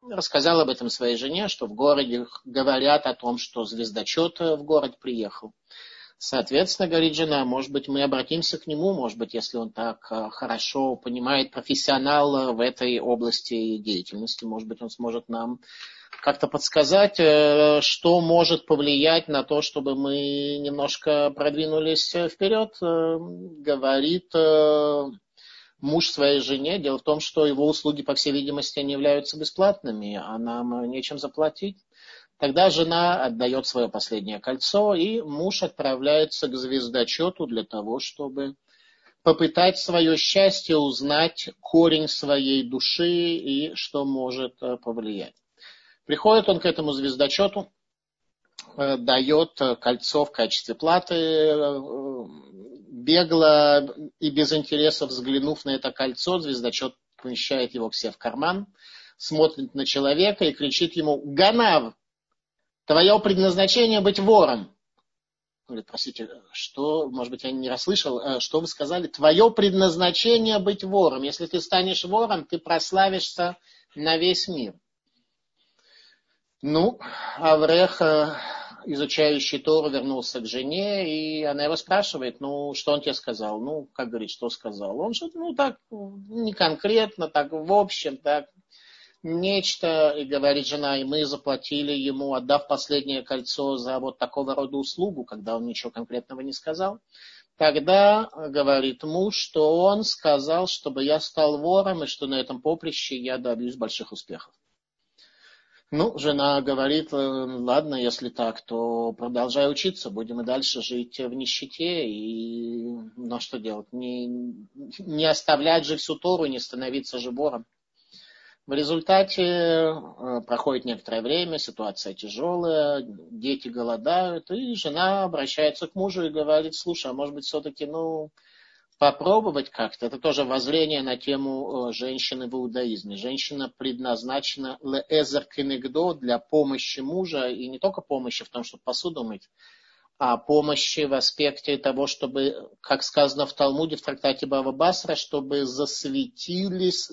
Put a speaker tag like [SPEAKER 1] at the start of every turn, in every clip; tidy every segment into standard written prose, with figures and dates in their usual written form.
[SPEAKER 1] рассказал об этом своей жене, что в городе говорят о том, что звездочет в город приехал. Соответственно, говорит жена, может быть, мы обратимся к нему, может быть, если он так хорошо понимает, профессионал в этой области деятельности, может быть, он сможет нам как-то подсказать, что может повлиять на то, чтобы мы немножко продвинулись вперед, говорит муж своей жене. Дело в том, что его услуги, по всей видимости, не являются бесплатными, а нам нечем заплатить. Тогда жена отдает свое последнее кольцо, и муж отправляется к звездочету для того, чтобы попытать свое счастье, узнать корень своей души и что может повлиять. Приходит он к этому звездочету, дает кольцо в качестве платы, бегло и без интереса взглянув на это кольцо, звездочет помещает его к себе в карман, смотрит на человека и кричит ему: «Ганав! Твое предназначение быть вором». Он говорит: простите, что, может быть, я не расслышал, что вы сказали? Твое предназначение быть вором. Если ты станешь вором, ты прославишься на весь мир. Ну, Аврех, изучающий Тору, вернулся к жене, и она его спрашивает, ну, что он тебе сказал? Ну, как говорит, что сказал? Он что-то, ну, так, не конкретно, так, в общем, так, нечто, и говорит жена, и мы заплатили ему, отдав последнее кольцо за вот такого рода услугу, когда он ничего конкретного не сказал. Тогда говорит муж, что он сказал, чтобы я стал вором, и что на этом поприще я добьюсь больших успехов. Ну, жена говорит, ладно, если так, то продолжай учиться, будем и дальше жить в нищете, и ну, что делать, не оставлять же всю Тору, не становиться же вором. В результате проходит некоторое время, ситуация тяжелая, дети голодают, и жена обращается к мужу и говорит: слушай, а может быть все-таки, попробовать как-то. Это тоже воззрение на тему женщины в иудаизме. Женщина предназначена леэзер кенегдо, для помощи мужа, и не только помощи в том, чтобы посуду мыть, а помощи в аспекте того, чтобы, как сказано в Талмуде, в трактате Бава Басра, чтобы засветились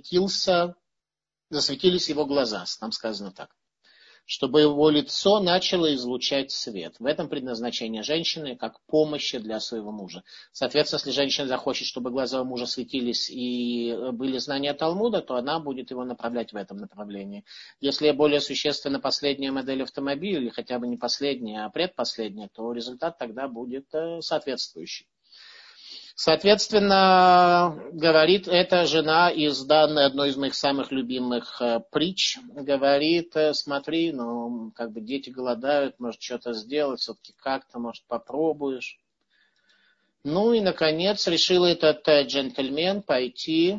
[SPEAKER 1] его глаза, там сказано так, чтобы его лицо начало излучать свет. В этом предназначение женщины, как помощи для своего мужа. Соответственно, если женщина захочет, чтобы глаза у мужа светились и были знания Талмуда, то она будет его направлять в этом направлении. Если более существенно последняя модель автомобиля, или хотя бы не последняя, а предпоследняя, то результат тогда будет соответствующий. Соответственно, говорит эта жена из данной, одной из моих самых любимых притч, говорит: смотри, дети голодают, может что-то сделать, все-таки как-то, может попробуешь. Ну и, наконец, решил этот джентльмен пойти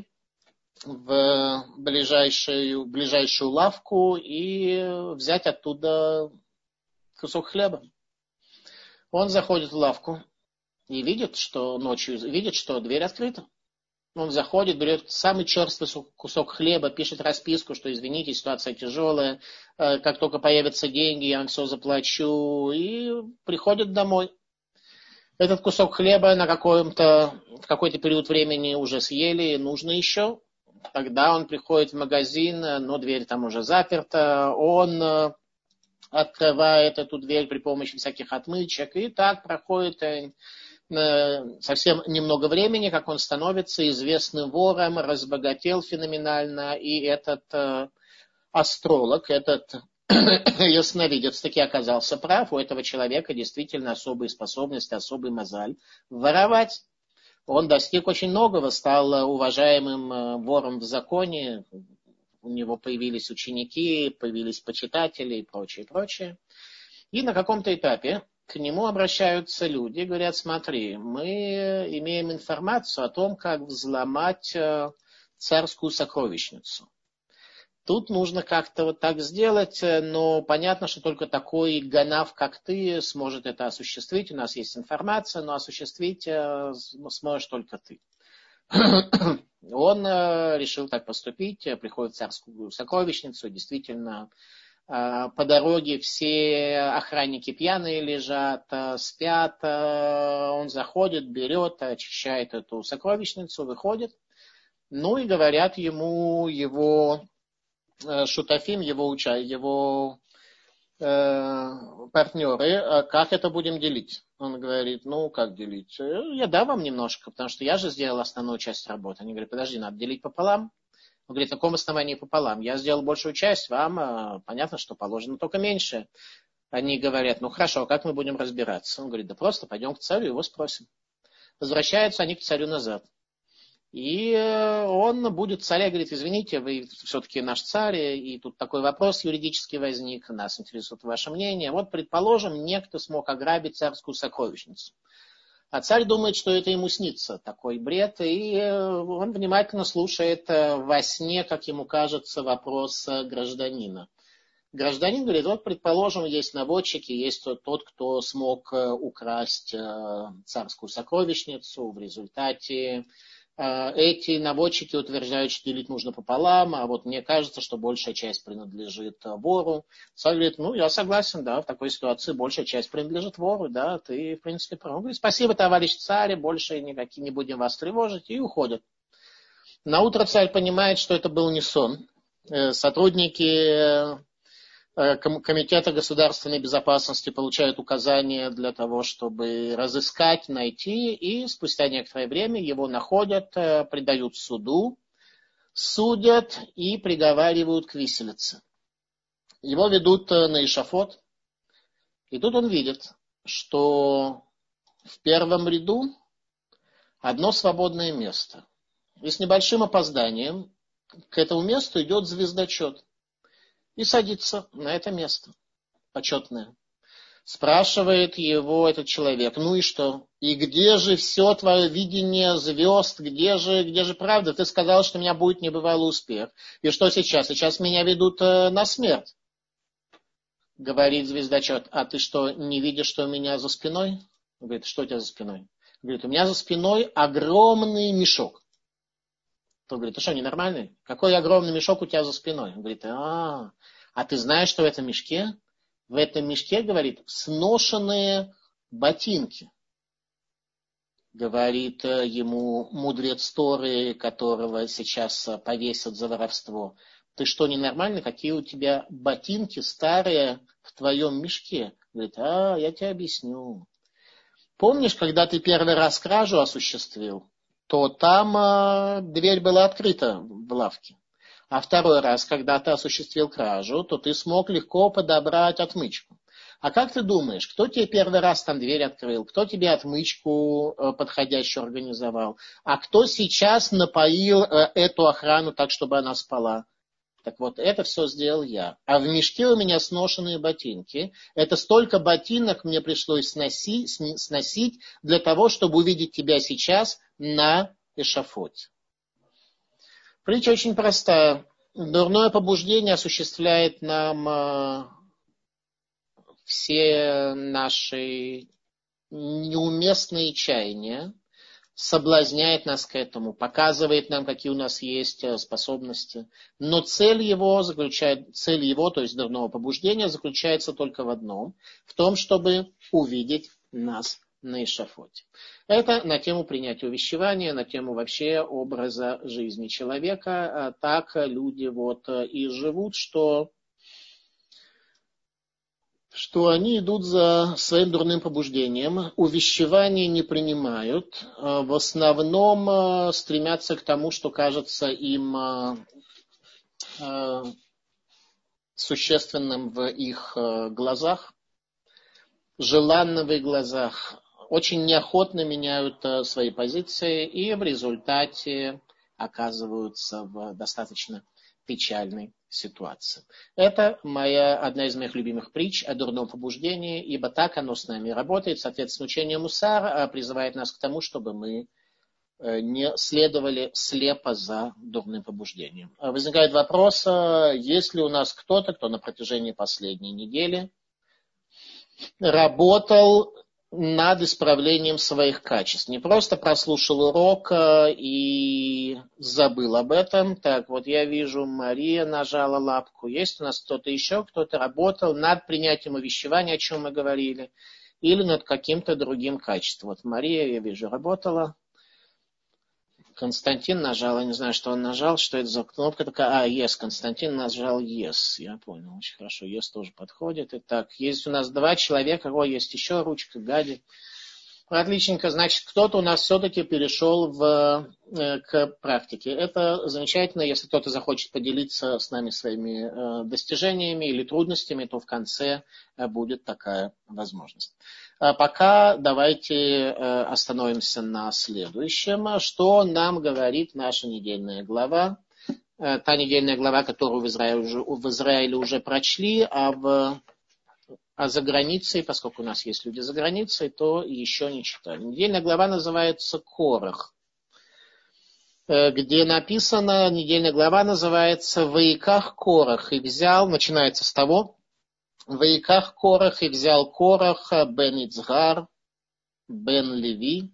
[SPEAKER 1] в ближайшую лавку и взять оттуда кусок хлеба. Он заходит в лавку и видит, что дверь открыта. Он заходит, берет самый черствый кусок хлеба, пишет расписку, что извините, ситуация тяжелая, как только появятся деньги, я вам все заплачу, и приходит домой. Этот кусок хлеба в какой-то период времени уже съели, нужно еще. Тогда он приходит в магазин, но дверь там уже заперта, он открывает эту дверь при помощи всяких отмычек, и так проходит совсем немного времени, как он становится известным вором, разбогател феноменально, и этот астролог, этот ясновидец таки оказался прав, у этого человека действительно особые способности, особый мозаль воровать. Он достиг очень многого, стал уважаемым вором в законе, у него появились ученики, появились почитатели и прочее, прочее. И на каком-то этапе к нему обращаются люди и говорят: смотри, мы имеем информацию о том, как взломать царскую сокровищницу. Тут нужно как-то вот так сделать, но понятно, что только такой ганав, как ты, сможет это осуществить. У нас есть информация, но осуществить сможешь только ты. Он решил так поступить, приходит в царскую сокровищницу, действительно, по дороге все охранники пьяные лежат, спят, он заходит, берет, очищает эту сокровищницу, выходит. Ну и говорят ему его шутафим, его партнеры, как это будем делить? Он говорит, ну, как делить? Я дам вам немножко, потому что я же сделал основную часть работы. Они говорят, подожди, надо делить пополам. Он говорит, на каком основании пополам? Я сделал большую часть, вам понятно, что положено только меньше. Они говорят, ну хорошо, а как мы будем разбираться? Он говорит, да просто пойдем к царю, его спросим. Возвращаются они к царю назад. И он будет царя, говорит, извините, вы все-таки наш царь, и тут такой вопрос юридически возник, нас интересует ваше мнение. Вот, предположим, некто смог ограбить царскую сокровищницу. А царь думает, что это ему снится, такой бред, и он внимательно слушает во сне, как ему кажется, вопрос гражданина. Гражданин говорит, вот, предположим, есть наводчики, есть тот, кто смог украсть царскую сокровищницу, в результате эти наводчики утверждают, что делить нужно пополам, а вот мне кажется, что большая часть принадлежит вору. Царь говорит, ну, я согласен, да, в такой ситуации большая часть принадлежит вору, да, ты, в принципе, прав. Он говорит, спасибо, товарищ царь, больше никакие не будем вас тревожить, и уходят. Наутро царь понимает, что это был не сон. Сотрудники Комитета государственной безопасности получают указания для того, чтобы разыскать, найти, и спустя некоторое время его находят, предают суду, судят и приговаривают к виселице. Его ведут на эшафот, и тут он видит, что в первом ряду одно свободное место. И с небольшим опозданием к этому месту идет звездочет. И садится на это место почетное. Спрашивает его этот человек, ну и что? И где же все твое видение звезд? Где же правда? Ты сказал, что у меня будет небывалый успех. И что сейчас? Сейчас меня ведут на смерть. Говорит звездочет, а ты что, не видишь, что у меня за спиной? Он говорит, что у тебя за спиной? Говорит, у меня за спиной огромный мешок. Тот говорит, ты что, ненормальный? Какой огромный мешок у тебя за спиной? Он говорит, а ты знаешь, что в этом мешке? В этом мешке, говорит, сношенные ботинки. Говорит ему мудрец Торы, которого сейчас повесят за воровство. Ты что, ненормальный? Какие у тебя ботинки старые в твоем мешке? Говорит, я тебе объясню. Помнишь, когда ты первый раз кражу осуществил, то там дверь была открыта в лавке. А второй раз, когда ты осуществил кражу, то ты смог легко подобрать отмычку. А как ты думаешь, кто тебе первый раз там дверь открыл? Кто тебе отмычку подходящую организовал? А кто сейчас напоил эту охрану так, чтобы она спала? Так вот, это все сделал я. А в мешке у меня сношенные ботинки. Это столько ботинок мне пришлось сносить для того, чтобы увидеть тебя сейчас на эшафоте. Притча очень простая. Дурное побуждение осуществляет нам все наши неуместные чаяния, соблазняет нас к этому, показывает нам, какие у нас есть способности. Но цель его, то есть дурного побуждения, заключается только в одном, в том, чтобы увидеть нас на эшафоте. Это на тему принятия увещевания, на тему вообще образа жизни человека. Так люди и живут, что они идут за своим дурным побуждением, увещевания не принимают, в основном стремятся к тому, что кажется им существенным в их глазах, желанным в их глазах, очень неохотно меняют свои позиции и в результате оказываются в достаточно печальной ситуации. Это одна из моих любимых притч о дурном побуждении, ибо так оно с нами работает. Соответственно, учение Мусар призывает нас к тому, чтобы мы не следовали слепо за дурным побуждением. Возникает вопрос, есть ли у нас кто-то, кто на протяжении последней недели работал над исправлением своих качеств. Не просто прослушал урок и забыл об этом. Так, вот я вижу, Мария нажала лапку. Есть у нас кто-то еще, кто-то работал над принятием увещевания, о чем мы говорили, или над каким-то другим качеством. Вот Мария, я вижу, работала. Константин нажал, я не знаю, что он нажал, что это за кнопка такая. Yes, Константин нажал Yes, я понял, очень хорошо, Yes тоже подходит. Итак, есть у нас 2 человека, есть еще ручка, Гади. Отличненько, значит, кто-то у нас все-таки перешел к практике. Это замечательно, если кто-то захочет поделиться с нами своими достижениями или трудностями, то в конце будет такая возможность. Пока давайте остановимся на следующем. Что нам говорит наша недельная глава? Та недельная глава, которую в Израиле уже прочли, а за границей, поскольку у нас есть люди за границей, то еще не читали. Недельная глава называется Корах, где написано, недельная глава называется «Ваиках Корах», и взял, начинается с того, «Ваиках Корах, и взял Корах бен Ицгар, бен Леви,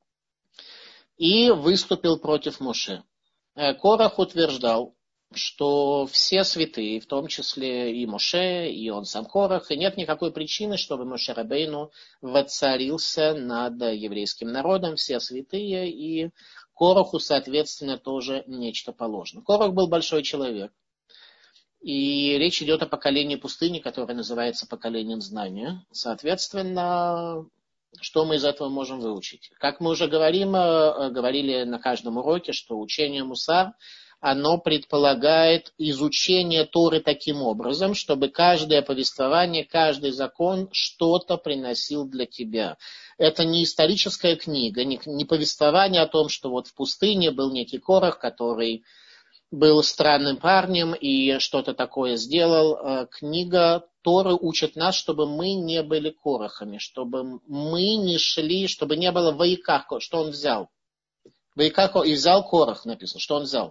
[SPEAKER 1] и выступил против Моше». Корах утверждал, что все святые, в том числе и Моше, и он сам Корах, и нет никакой причины, чтобы Моше Рабейну воцарился над еврейским народом, все святые, и Кораху, соответственно, тоже нечто положено. Корах был большой человек, и речь идет о поколении пустыни, которое называется поколением знания. Соответственно, что мы из этого можем выучить? Как мы уже говорили на каждом уроке, что учение Мусар, оно предполагает изучение Торы таким образом, чтобы каждое повествование, каждый закон что-то приносил для тебя. Это не историческая книга, не повествование о том, что вот в пустыне был некий Корах, который был странным парнем и что-то такое сделал. Книга Торы учит нас, чтобы мы не были Корахами, чтобы мы не шли, чтобы не было Ваиках, что он взял. Ваиках и взял Корах, написано, что он взял.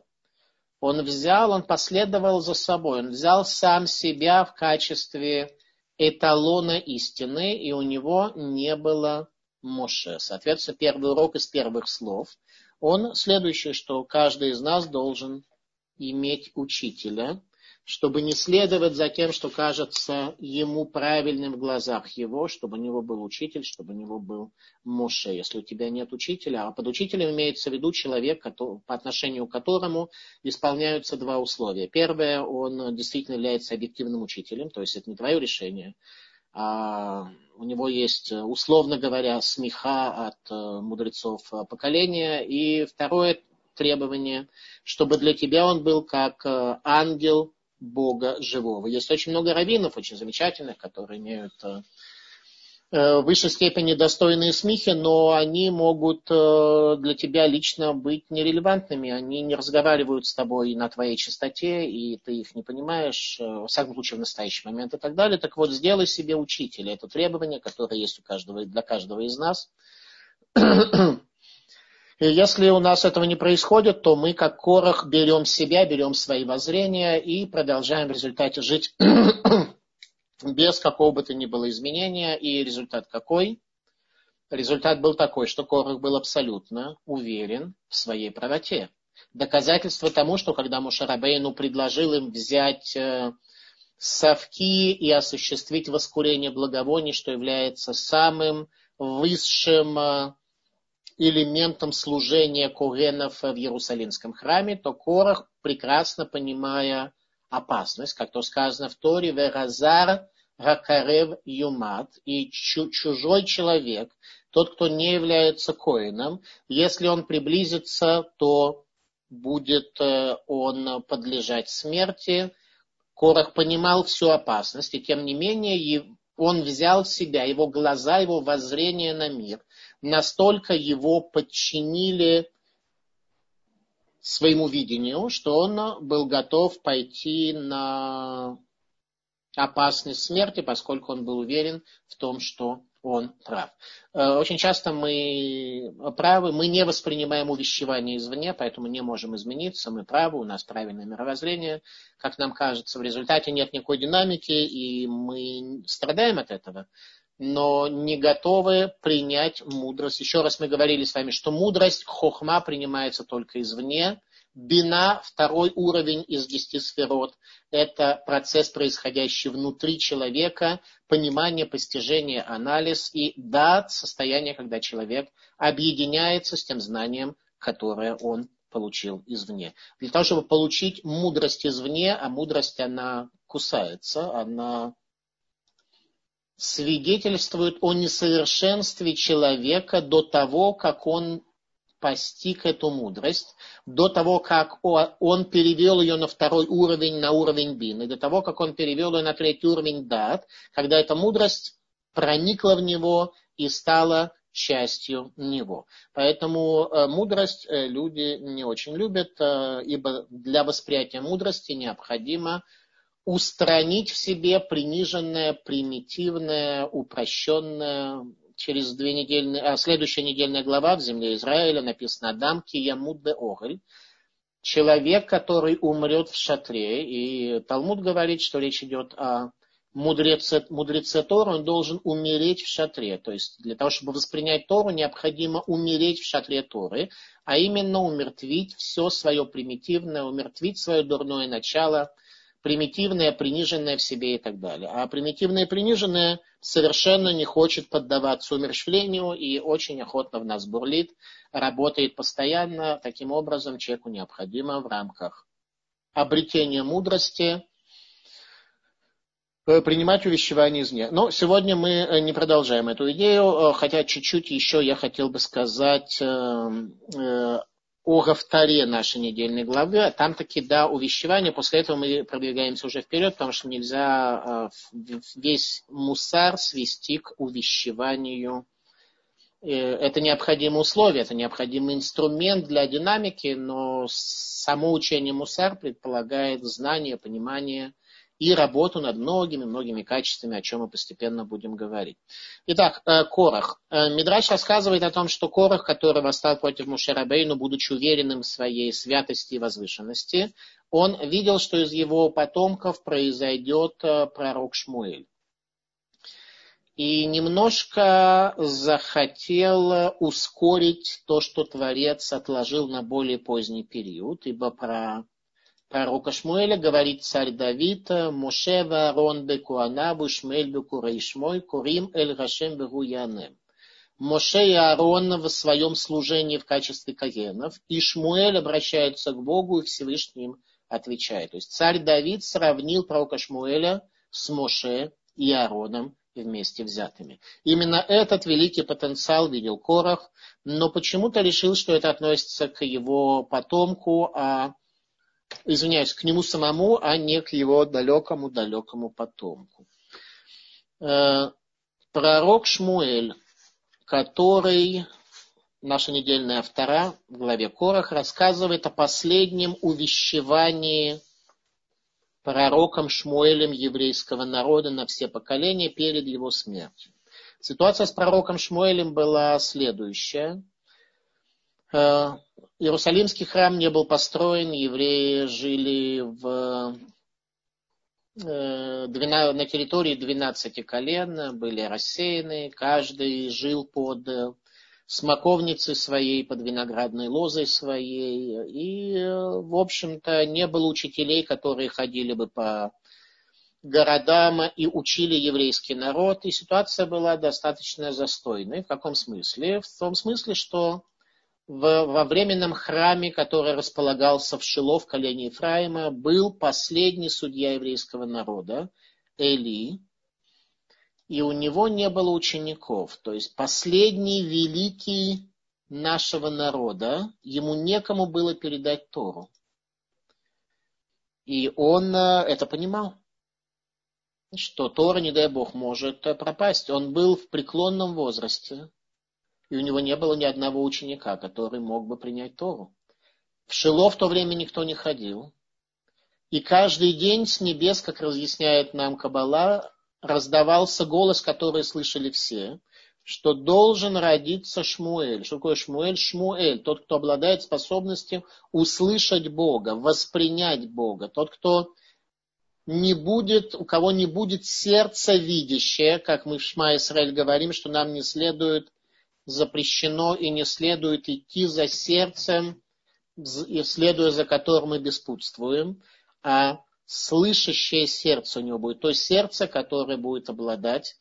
[SPEAKER 1] Он последовал за собой, он взял сам себя в качестве эталона истины, и у него не было Моше. Соответственно, первый урок из первых слов, он следующий, что каждый из нас должен иметь учителя, чтобы не следовать за тем, что кажется ему правильным в глазах его, чтобы у него был учитель, чтобы у него был Моше. Если у тебя нет учителя, а под учителем имеется в виду человек, по отношению к которому исполняются 2 условия. Первое, он действительно является объективным учителем, то есть это не твое решение, а у него есть, условно говоря, смеха от мудрецов поколения. И второе требование, чтобы для тебя он был как ангел Бога живого. Есть очень много раввинов, очень замечательных, которые имеют в высшей степени достойные смехи, но они могут для тебя лично быть нерелевантными. Они не разговаривают с тобой на твоей частоте, и ты их не понимаешь, во всяком случае, в настоящий момент и так далее. Так вот, сделай себе учителя. Это требование, которое есть для каждого из нас. И если у нас этого не происходит, то мы, как Корах, берем себя, берем свои воззрения и продолжаем в результате жить без какого бы то ни было изменения. И результат какой? Результат был такой, что Корах был абсолютно уверен в своей правоте. Доказательство тому, что когда Моше Рабейну предложил им взять совки и осуществить воскурение благовоний, что является самым высшим элементом служения коэнов в Иерусалимском храме, то Корах, прекрасно понимая опасность, как то сказано в Торе, «Веразар ракарев юмат», и чужой человек, тот, кто не является коэном, если он приблизится, то будет он подлежать смерти. Корах понимал всю опасность, и тем не менее он взял себя, его глаза, его воззрение на мир, настолько его подчинили своему видению, что он был готов пойти на опасность смерти, поскольку он был уверен в том, что он прав. Очень часто мы правы, мы не воспринимаем увещевание извне, поэтому не можем измениться, мы правы, у нас правильное мировоззрение, как нам кажется, в результате нет никакой динамики, и мы страдаем от этого, но не готовы принять мудрость. Еще раз мы говорили с вами, что мудрость, хохма, принимается только извне. Бина, 2 уровень из 10 сферот, это процесс, происходящий внутри человека, понимание, постижение, анализ, и дат, состояние, когда человек объединяется с тем знанием, которое он получил извне. Для того, чтобы получить мудрость извне, а мудрость, она кусается, она свидетельствует о несовершенстве человека до того, как он постиг эту мудрость, до того, как он перевел ее на второй уровень, на уровень бины, до того, как он перевел ее на третий уровень дат, когда эта мудрость проникла в него и стала частью него. Поэтому мудрость люди не очень любят, ибо для восприятия мудрости необходимо устранить в себе приниженное, примитивное, упрощенное. Через следующая недельная глава в земле Израиля написано «Адам ки ямут бе огль». Человек, который умрет в шатре. И Талмуд говорит, что речь идет о мудреце Торы, он должен умереть в шатре. То есть для того, чтобы воспринять Тору, необходимо умереть в шатре Торы, а именно умертвить все свое примитивное, умертвить свое дурное начало, примитивное, приниженное в себе и так далее. А примитивное и приниженное совершенно не хочет поддаваться умерщвлению и очень охотно в нас бурлит, работает постоянно. Таким образом, человеку необходимо в рамках обретения мудрости принимать увещевание извне. Но сегодня мы не продолжаем эту идею, хотя чуть-чуть еще я хотел бы сказать о Гафтаре нашей недельной главы. Там таки, да, увещевание. После этого мы продвигаемся уже вперед, потому что нельзя весь мусар свести к увещеванию. Это необходимое условие, это необходимый инструмент для динамики, но само учение мусар предполагает знание, понимание и работу над многими качествами, о чем мы постепенно будем говорить. Итак, Корах. Мидраш рассказывает о том, что Корах, который восстал против Моше Рабейну, будучи уверенным в своей святости и возвышенности, он видел, что из его потомков произойдет пророк Шмуэль. И немножко захотел ускорить то, что Творец отложил на более поздний период, ибо про пророка Шмуэля говорит царь Давид: «Моше ва Аарон бе Коанаву, Шмуэль бе Курей Шмой, Курим эль Гашем бегу Янем». Моше и Аарон в своем служении в качестве коэнов, и Шмуэль обращаются к Богу, и Всевышний им отвечает. То есть царь Давид сравнил пророка Шмуэля с Моше и Аароном вместе взятыми. Именно этот великий потенциал видел Корах, но почему-то решил, что это относится к его потомку, к нему самому, а не к его далекому потомку. Пророк Шмуэль, который, наша недельная автора в главе Корах, рассказывает о последнем увещевании пророком Шмуэлем еврейского народа на все поколения перед его смертью. Ситуация с пророком Шмуэлем была следующая. Иерусалимский храм не был построен, евреи жили на территории 12 колен, были рассеяны, каждый жил под смоковницей своей, под виноградной лозой своей, и, в общем-то, не было учителей, которые ходили бы по городам и учили еврейский народ, и ситуация была достаточно застойной. В каком смысле? В том смысле, что во временном храме, который располагался в Шило, в колене Ефраима, был последний судья еврейского народа, Эли, и у него не было учеников. То есть последний великий нашего народа, ему некому было передать Тору. И он это понимал, что Тора, не дай Бог, может пропасть. Он был в преклонном возрасте, и у него не было ни одного ученика, который мог бы принять Тору. В Шило в то время никто не ходил. И каждый день с небес, как разъясняет нам Каббала, раздавался голос, который слышали все, что должен родиться Шмуэль. Что такое Шмуэль? Шмуэль, тот, кто обладает способностью услышать Бога, воспринять Бога. Тот, кто у кого не будет сердца видящее, как мы в Шма Исраэль говорим, что нам не следует, запрещено и не следует идти за сердцем, следуя за которым мы беспутствуем, а слышащее сердце у него будет. То сердце, которое будет обладать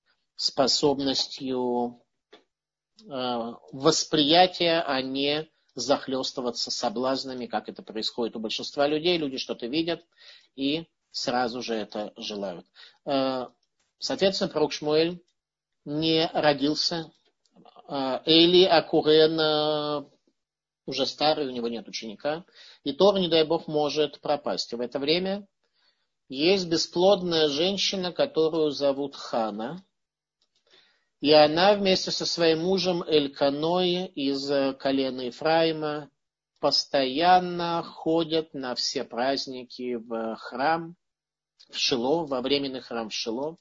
[SPEAKER 1] способностью восприятия, а не захлестываться соблазнами, как это происходит у большинства людей. Люди что-то видят и сразу же это желают. Соответственно, пророк Шмуэль не родился. Эли Акурен уже старый, у него нет ученика. И Тор, не дай бог, может пропасть. И в это время есть бесплодная женщина, которую зовут Хана. И она вместе со своим мужем Эльканой из колена Ефраима постоянно ходят на все праздники в храм, в Шило, во временный храм в Шило.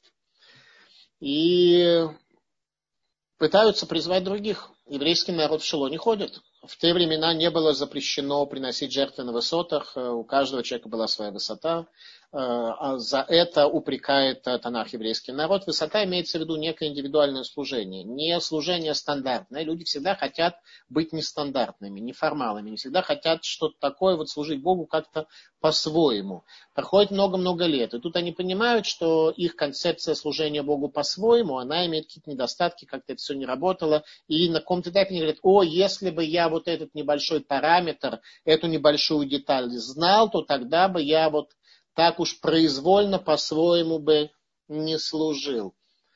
[SPEAKER 1] И пытаются призвать других. Еврейский народ в Шило не ходит. В те времена не было запрещено приносить жертвы на высотах. У каждого человека была своя высота. А за это упрекает Танах еврейский народ. Высота имеется в виду некое индивидуальное служение. Не служение стандартное. Люди всегда хотят быть нестандартными, неформалами. Не всегда хотят что-то такое, вот служить Богу как-то по-своему. Проходит много-много лет. И тут они понимают, что их концепция служения Богу по-своему, она имеет какие-то недостатки, как-то это все не работало. И на каком-то этапе они говорят: о, если бы я вот этот небольшой параметр, эту небольшую деталь знал, то тогда бы я вот так уж произвольно по-своему бы не служил.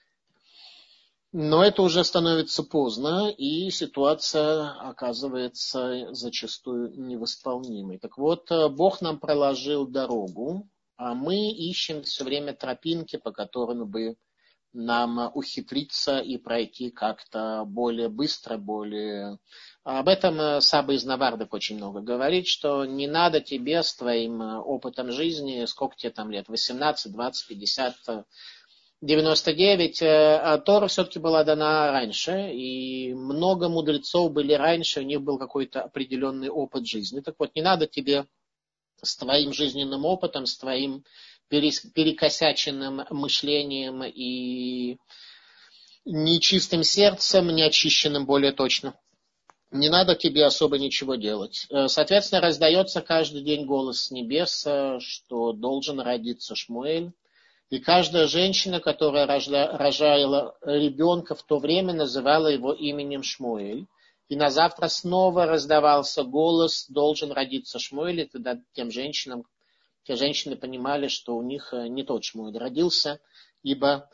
[SPEAKER 1] Но это уже становится поздно, и ситуация оказывается зачастую невосполнимой. Так вот, Бог нам проложил дорогу, а мы ищем все время тропинки, по которым бы нам ухитриться и пройти как-то более быстро, более... Об этом Саба из Навардок очень много говорит, что не надо тебе с твоим опытом жизни, сколько тебе там лет, 18, 20, 50, 99, а Тора все-таки была дана раньше, и много мудрецов были раньше, у них был какой-то определенный опыт жизни. Так вот, не надо тебе с твоим жизненным опытом, с твоим перекосяченным мышлением и нечистым сердцем, неочищенным более точно. Не надо тебе особо ничего делать. Соответственно, раздается каждый день голос с небес, что должен родиться Шмуэль. И каждая женщина, которая рожала ребенка в то время, называла его именем Шмуэль. И на завтра снова раздавался голос: должен родиться Шмуэль. И тогда те женщины понимали, что у них не тот Шмуэль родился, ибо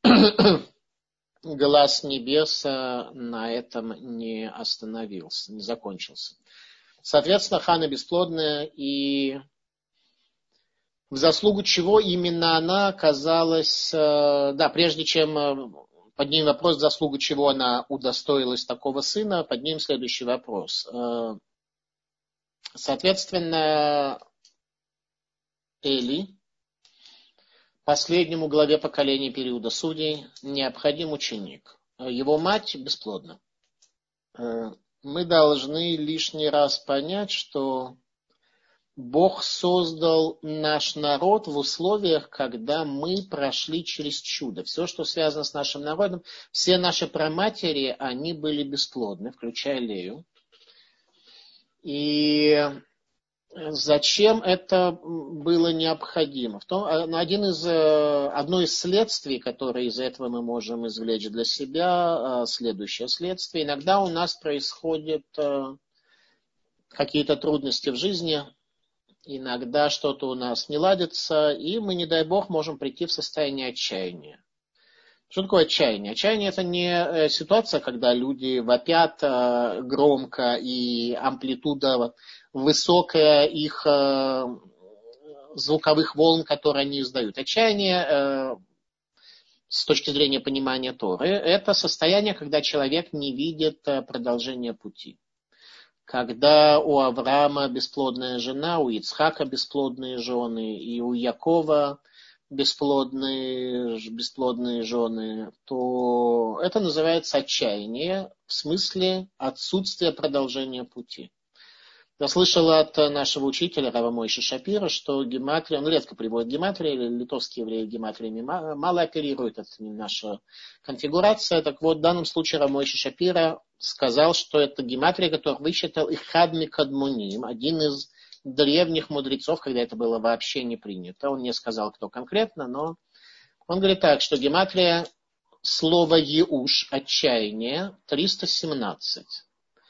[SPEAKER 1] глаз небес на этом не остановился, не закончился. Соответственно, Хана бесплодная, и в заслугу чего именно она оказалась... Да, прежде чем поднимем вопрос, в заслугу чего она удостоилась такого сына, поднимем следующий вопрос. Соответственно, Эли, последнему главе поколения периода судей, необходим ученик. Его мать бесплодна. Мы должны лишний раз понять, что Бог создал наш народ в условиях, когда мы прошли через чудо. Все, что связано с нашим народом, все наши праматери, они были бесплодны, включая Лею. И зачем это было необходимо? Одно из следствий, которое из этого мы можем извлечь для себя, следующее следствие. Иногда у нас происходят какие-то трудности в жизни, иногда что-то у нас не ладится, и мы, не дай бог, можем прийти в состояние отчаяния. Что такое отчаяние? Отчаяние – это не ситуация, когда люди вопят громко и амплитуда высокая их звуковых волн, которые они издают. Отчаяние, с точки зрения понимания Торы, это состояние, когда человек не видит продолжения пути. Когда у Авраама бесплодная жена, у Ицхака бесплодные жены, и у Якова бесплодные жены, то это называется отчаяние, в смысле отсутствия продолжения пути. Я слышал от нашего учителя Рава Мойши Шапира, что гематрия, он редко приводит гематрии, литовские евреи гематриями мало оперируют, это не наша конфигурация. Так вот, в данном случае Рав Мойши Шапира сказал, что это гематрия, которую высчитал Ихад Микадмуним, один из древних мудрецов, когда это было вообще не принято. Он не сказал, кто конкретно, но он говорит так, что гематрия слова «еуш», отчаяние, 317.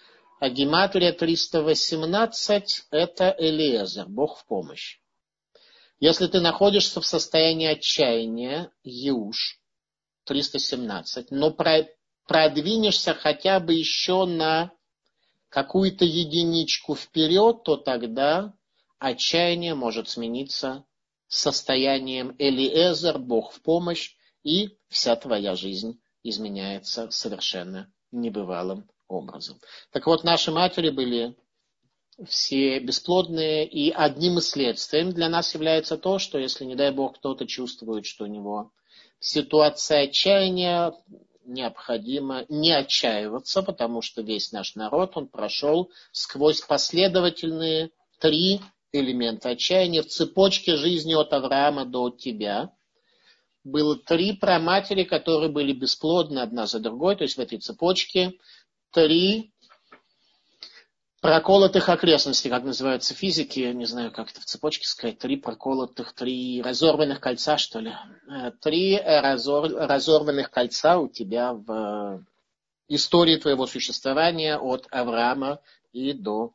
[SPEAKER 1] А гематрия 318 – это Элиэзер, Бог в помощь. Если ты находишься в состоянии отчаяния, Еуш, 317, но продвинешься хотя бы еще на какую-то единичку вперед, то тогда отчаяние может смениться состоянием Элиэзер, Бог в помощь, и вся твоя жизнь изменяется совершенно небывалым образом. Так вот, наши матери были все бесплодные, и одним из следствий для нас является то, что если, не дай Бог, кто-то чувствует, что у него ситуация отчаяния, необходимо не отчаиваться, потому что весь наш народ, он прошел сквозь последовательные 3 элемента отчаяния в цепочке жизни от Авраама до тебя. Было 3 праматери, которые были бесплодны одна за другой, то есть в этой цепочке 3 проколотых окрестностей, как называются физики, я не знаю, как это в цепочке сказать, 3 проколотых, 3 разорванных кольца, что ли. 3 разорванных кольца у тебя в истории твоего существования от Авраама и до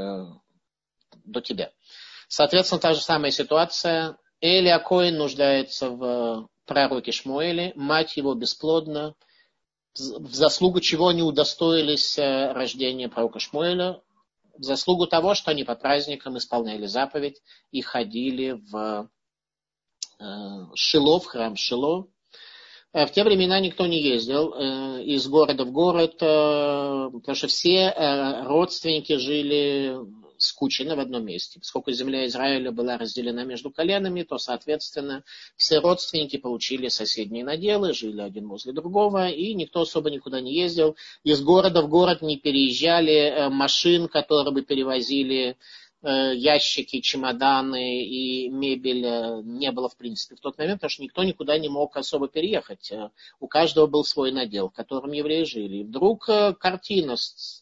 [SPEAKER 1] тебя. Соответственно, та же самая ситуация. Эли Акоин нуждается в пророке Шмуэле, мать его бесплодна, в заслугу чего они удостоились рождения пророка Шмуэля, в заслугу того, что они по праздникам исполняли заповедь и ходили в Шило, в храм Шило. В те времена никто не ездил из города в город, потому что все родственники жили скучно в одном месте. Поскольку земля Израиля была разделена между коленами, то, соответственно, все родственники получили соседние наделы, жили один возле другого, и никто особо никуда не ездил. Из города в город не переезжали машин, которые бы перевозили ящики, чемоданы и мебель не было, в принципе, в тот момент, потому что никто никуда не мог особо переехать. У каждого был свой надел, в котором евреи жили. И вдруг картина.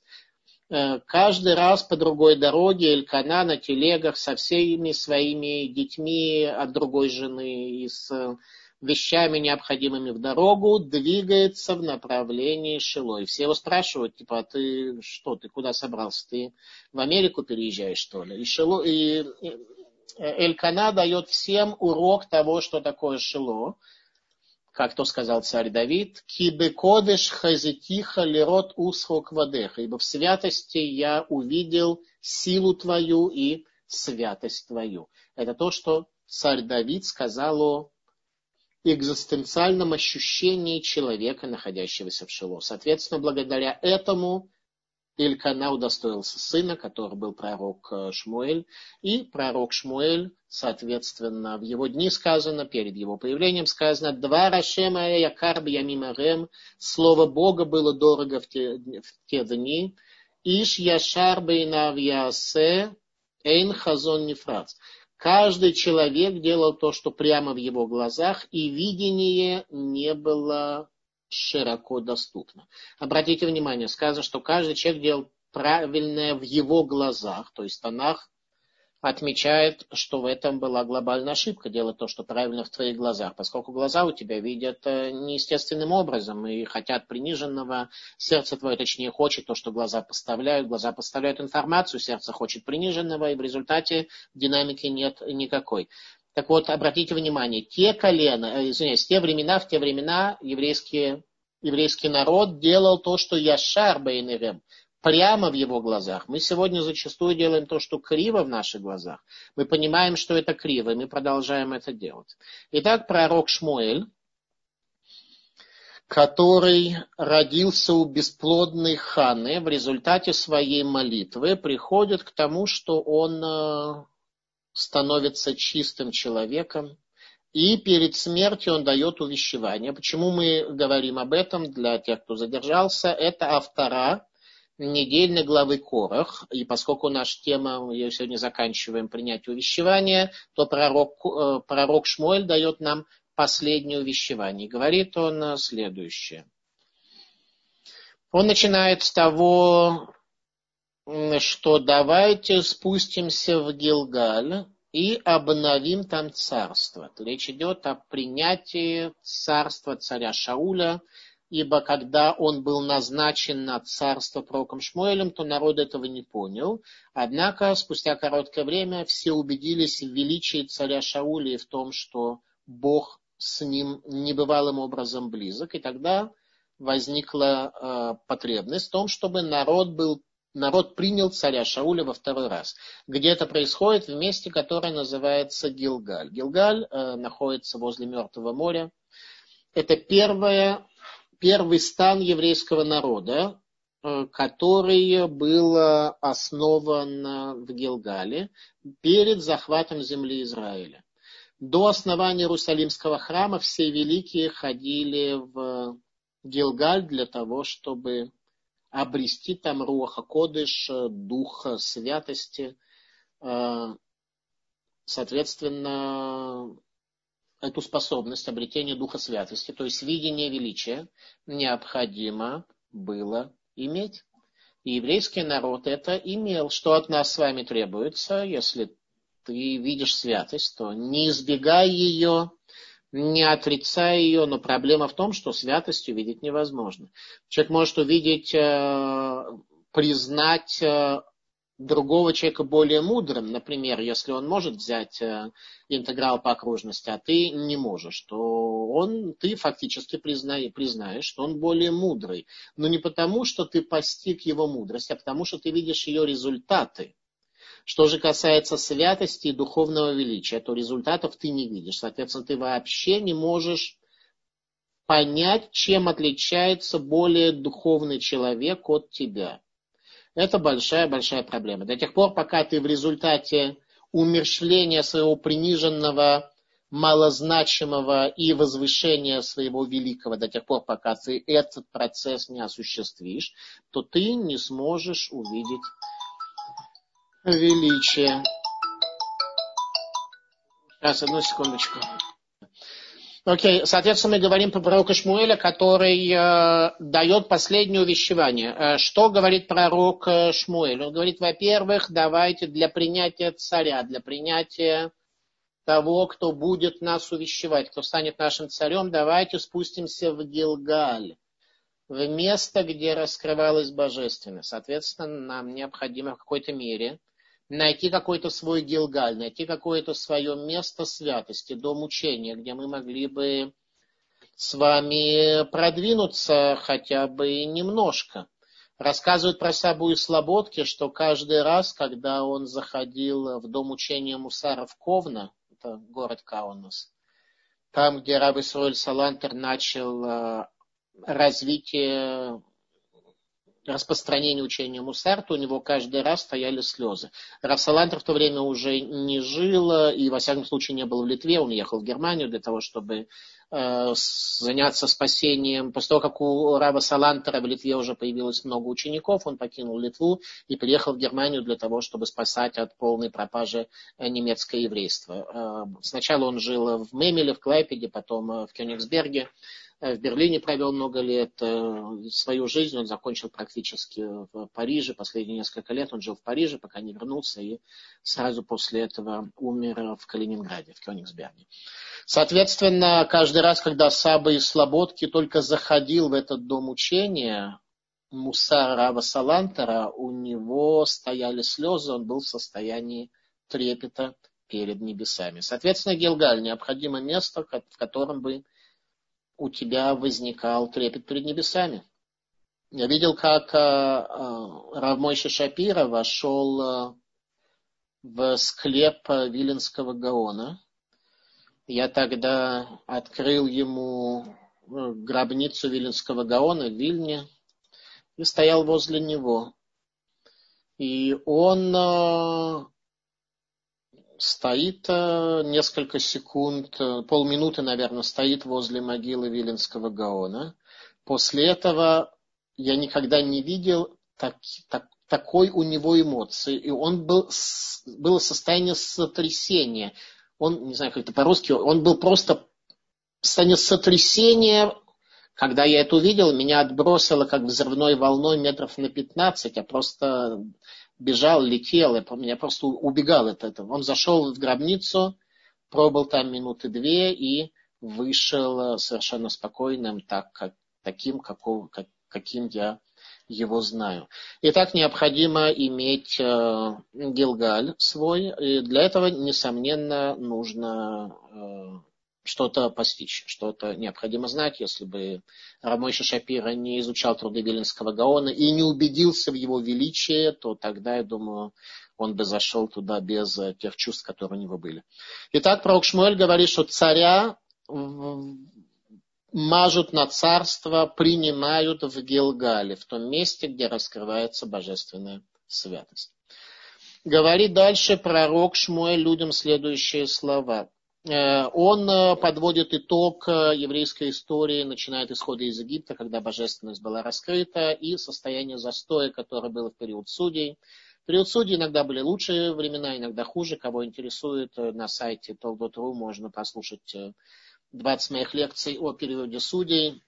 [SPEAKER 1] Каждый раз по другой дороге Элькана на телегах со всеми своими детьми от другой жены и с вещами, необходимыми в дорогу, двигается в направлении Шило. И все его спрашивают, типа, а ты что, ты куда собрался? Ты в Америку переезжаешь, что ли? И Элькана дает всем урок того, что такое Шило. Как то сказал царь Давид, «Кибе кодеш хазитиха лерот усхок вадеха», ибо в святости я увидел силу твою и святость твою. Это то, что царь Давид сказал о экзистенциальном ощущении человека, находящегося в Шило. Соответственно, благодаря этому Элькана удостоился сына, который был пророк Шмуэль, и пророк Шмуэль, соответственно, в его дни сказано, перед его появлением сказано, «Два рашема якар бьямим арем», слово Бога было дорого в те дни, «Иш яшар бейнав яасе, эйн хазон нефрац». Каждый человек делал то, что прямо в его глазах, и видение не было широко доступно. Обратите внимание, сказано, что каждый человек делал правильное в его глазах, то есть Танах отмечает, что в этом была глобальная ошибка, делать то, что правильно в твоих глазах, поскольку глаза у тебя видят неестественным образом и хотят приниженного, сердце твое, точнее, хочет то, что глаза поставляют информацию, сердце хочет приниженного, и в результате динамики нет никакой. Так вот, обратите внимание, в те времена еврейский народ делал то, что яшар бейнерем, прямо в его глазах. Мы сегодня зачастую делаем то, что криво в наших глазах. Мы понимаем, что это криво, и мы продолжаем это делать. Итак, пророк Шмуэль, который родился у бесплодной Ханны, в результате своей молитвы приходит к тому, что он становится чистым человеком, и перед смертью он дает увещевание. Почему мы говорим об этом для тех, кто задержался? Это автора недельной главы Корах, и поскольку наша тема, мы ее сегодня заканчиваем, принятие увещевания, то пророк Шмуэль дает нам последнее увещевание. Говорит он следующее. Он начинает с того, что давайте спустимся в Гилгаль и обновим там царство. Речь идет о принятии царства царя Шауля, ибо когда он был назначен на царство пророком Шмуэлем, то народ этого не понял. Однако спустя короткое время все убедились в величии царя Шауля и в том, что Бог с ним небывалым образом близок. И тогда возникла потребность в том, чтобы народ принял царя Шауля во второй раз. Где это происходит? В месте, которое называется Гилгаль. Гилгаль находится возле Мертвого моря. Это первый стан еврейского народа, который был основан в Гилгале перед захватом земли Израиля. До основания Иерусалимского храма все великие ходили в Гилгаль для того, чтобы обрести там руаха кодыш, дух святости, соответственно, эту способность обретения духа святости, то есть видение величия, необходимо было иметь. И еврейский народ это имел. Что от нас с вами требуется? Если ты видишь святость, то не избегай ее, не отрицай ее, но проблема в том, что святость увидеть невозможно. Человек может увидеть, признать другого человека более мудрым, например, если он может взять интеграл по окружности, а ты не можешь, то ты фактически признаешь, что он более мудрый. Но не потому, что ты постиг его мудрость, а потому, что ты видишь ее результаты. Что же касается святости и духовного величия, то результатов ты не видишь. Соответственно, ты вообще не можешь понять, чем отличается более духовный человек от тебя. Это большая-большая проблема. До тех пор, пока ты в результате умерщвления своего приниженного, малозначимого и возвышения своего великого, до тех пор, пока ты этот процесс не осуществишь, то ты не сможешь увидеть величие. Сейчас, одну секундочку. Окей, соответственно, мы говорим про пророка Шмуэля, который дает последнее увещевание. Что говорит пророк Шмуэль? Он говорит, во-первых, давайте для принятия царя, для принятия того, кто будет нас увещевать, кто станет нашим царем, давайте спустимся в Гилгаль, в место, где раскрывалась божественность. Соответственно, нам необходимо в какой-то мере найти какой-то свой Гилгаль, найти какое-то свое место святости, дом учения, где мы могли бы с вами продвинуться хотя бы немножко. Рассказывают про Сабу из Слободки, что каждый раз, когда он заходил в дом учения Мусаров Ковна, это город Каунас, там, где рав Исроэль Салантер начал распространение учения Мусар, то у него каждый раз стояли слезы. Рав Салантер в то время уже не жил и, во всяком случае, не был в Литве. Он ехал в Германию для того, чтобы заняться спасением. После того, как у рава Салантера в Литве уже появилось много учеников, он покинул Литву и приехал в Германию для того, чтобы спасать от полной пропажи немецкое еврейство. Сначала он жил в Мемеле, в Клайпеде, потом в Кёнигсберге. В Берлине провел много лет. Свою жизнь он закончил практически в Париже. Последние несколько лет он жил в Париже, пока не вернулся, и сразу после этого умер в Калининграде, в Кёнигсберге. Соответственно, каждый раз, когда Саба из Слободки только заходил в этот дом учения, Мусар рава Салантера, у него стояли слезы, он был в состоянии трепета перед небесами. Соответственно, Гилгаль — необходимо место, в котором бы у тебя возникал трепет перед небесами. Я видел, как рав Мойше Шапира вошел в склеп Виленского Гаона. Я тогда открыл ему гробницу Виленского Гаона в Вильне и стоял возле него. И он стоит несколько секунд, полминуты, наверное, стоит возле могилы Виленского Гаона. После этого я никогда не видел такой у него эмоции. И он было состояние сотрясения. Он, не знаю, как это по-русски, он был просто в состоянии сотрясения. Когда я это увидел, меня отбросило как взрывной волной метров на 15, я просто бежал, летел, меня просто убегал от этого. Он зашел в гробницу, пробыл там минуты 2 и вышел совершенно спокойным, так как таким, каким я его знаю. Итак, необходимо иметь Гилгаль свой, и для этого, несомненно, нужно что-то постичь, что-то необходимо знать. Если бы Рав Мойше Шапира не изучал труды Виленского Гаона и не убедился в его величии, то тогда, я думаю, он бы зашел туда без тех чувств, которые у него были. Итак, пророк Шмуэль говорит, что царя мажут на царство, принимают в Гилгале, в том месте, где раскрывается божественная святость. Говорит дальше пророк Шмуэль людям следующие слова. Он подводит итог еврейской истории, начиная от исхода из Египта, когда божественность была раскрыта, и состояние застоя, которое было в период судей. В период судей иногда были лучшие времена, иногда хуже. Кого интересует, на сайте Толдот.ру можно послушать 20 моих лекций о периоде судей.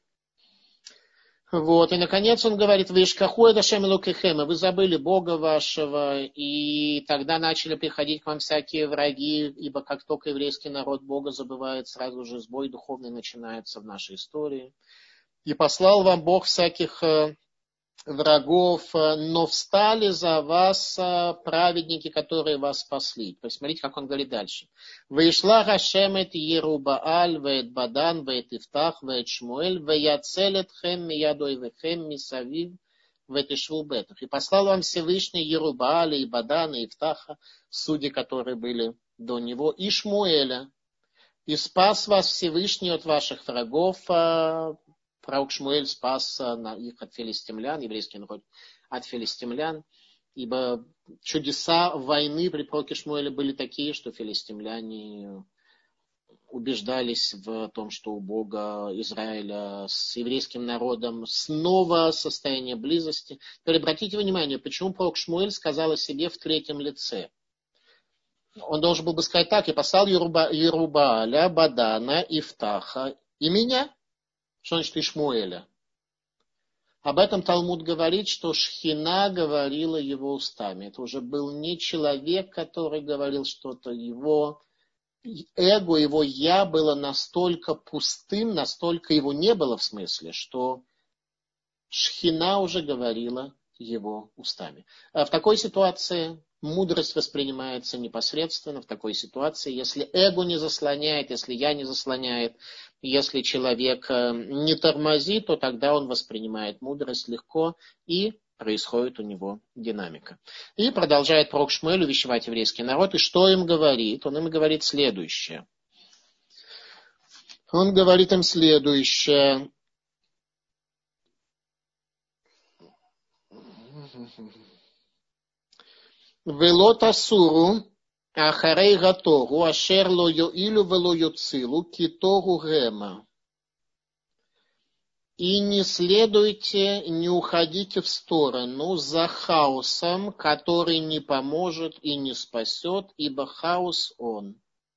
[SPEAKER 1] Вот. И, наконец, он говорит, «Вишкаху Дашем Элокехем», вы забыли Бога вашего, и тогда начали приходить к вам всякие враги, ибо как только еврейский народ Бога забывает, сразу же сбой духовный начинается в нашей истории. И послал вам Бог всяких врагов, но встали за вас праведники, которые вас спасли. Посмотрите, как он говорит дальше. «Вышла Гашем эт Ерубааль, вэт Бадан, вэт Ифтах, вэт Шмуэль, вэяцелет хэм миядой вэхэм мисавив, вэт Ишву бетах». И послал вам Всевышний Ерубааля, и Бадана, и Ифтаха, судьи, которые были до него, и Шмуэля. И спас вас Всевышний от ваших врагов. Пророк Шмуэль спас их от филистимлян, еврейский народ от филистимлян, ибо чудеса войны при пророке Шмуэле были такие, что филистимляне убеждались в том, что у Бога Израиля с еврейским народом снова состояние близости. Теперь обратите внимание, почему пророк Шмуэль сказал о себе в третьем лице. Он должен был бы сказать так: «Я послал Ерубааля, Бадана, Ифтаха и меня». Что значит Ишмуэля? Об этом Талмуд говорит, что Шхина говорила его устами. Это уже был не человек, который говорил что-то. Его эго, его я было настолько пустым, настолько его не было в смысле, что Шхина уже говорила его устами. В такой ситуации мудрость воспринимается непосредственно. В такой ситуации, если эго не заслоняет, если я не заслоняет, если человек не тормозит, то тогда он воспринимает мудрость легко, и происходит у него динамика. И продолжает пророк Шмуэль увещевать еврейский народ. И что им говорит? Он им говорит следующее. Он говорит им следующее. Велот асуру ахарей гатору ашер ло йоилю вело йоцилу китору гема. И не следуйте, не уходите в сторону за хаосом, который не поможет и не спасет, ибо хаос он.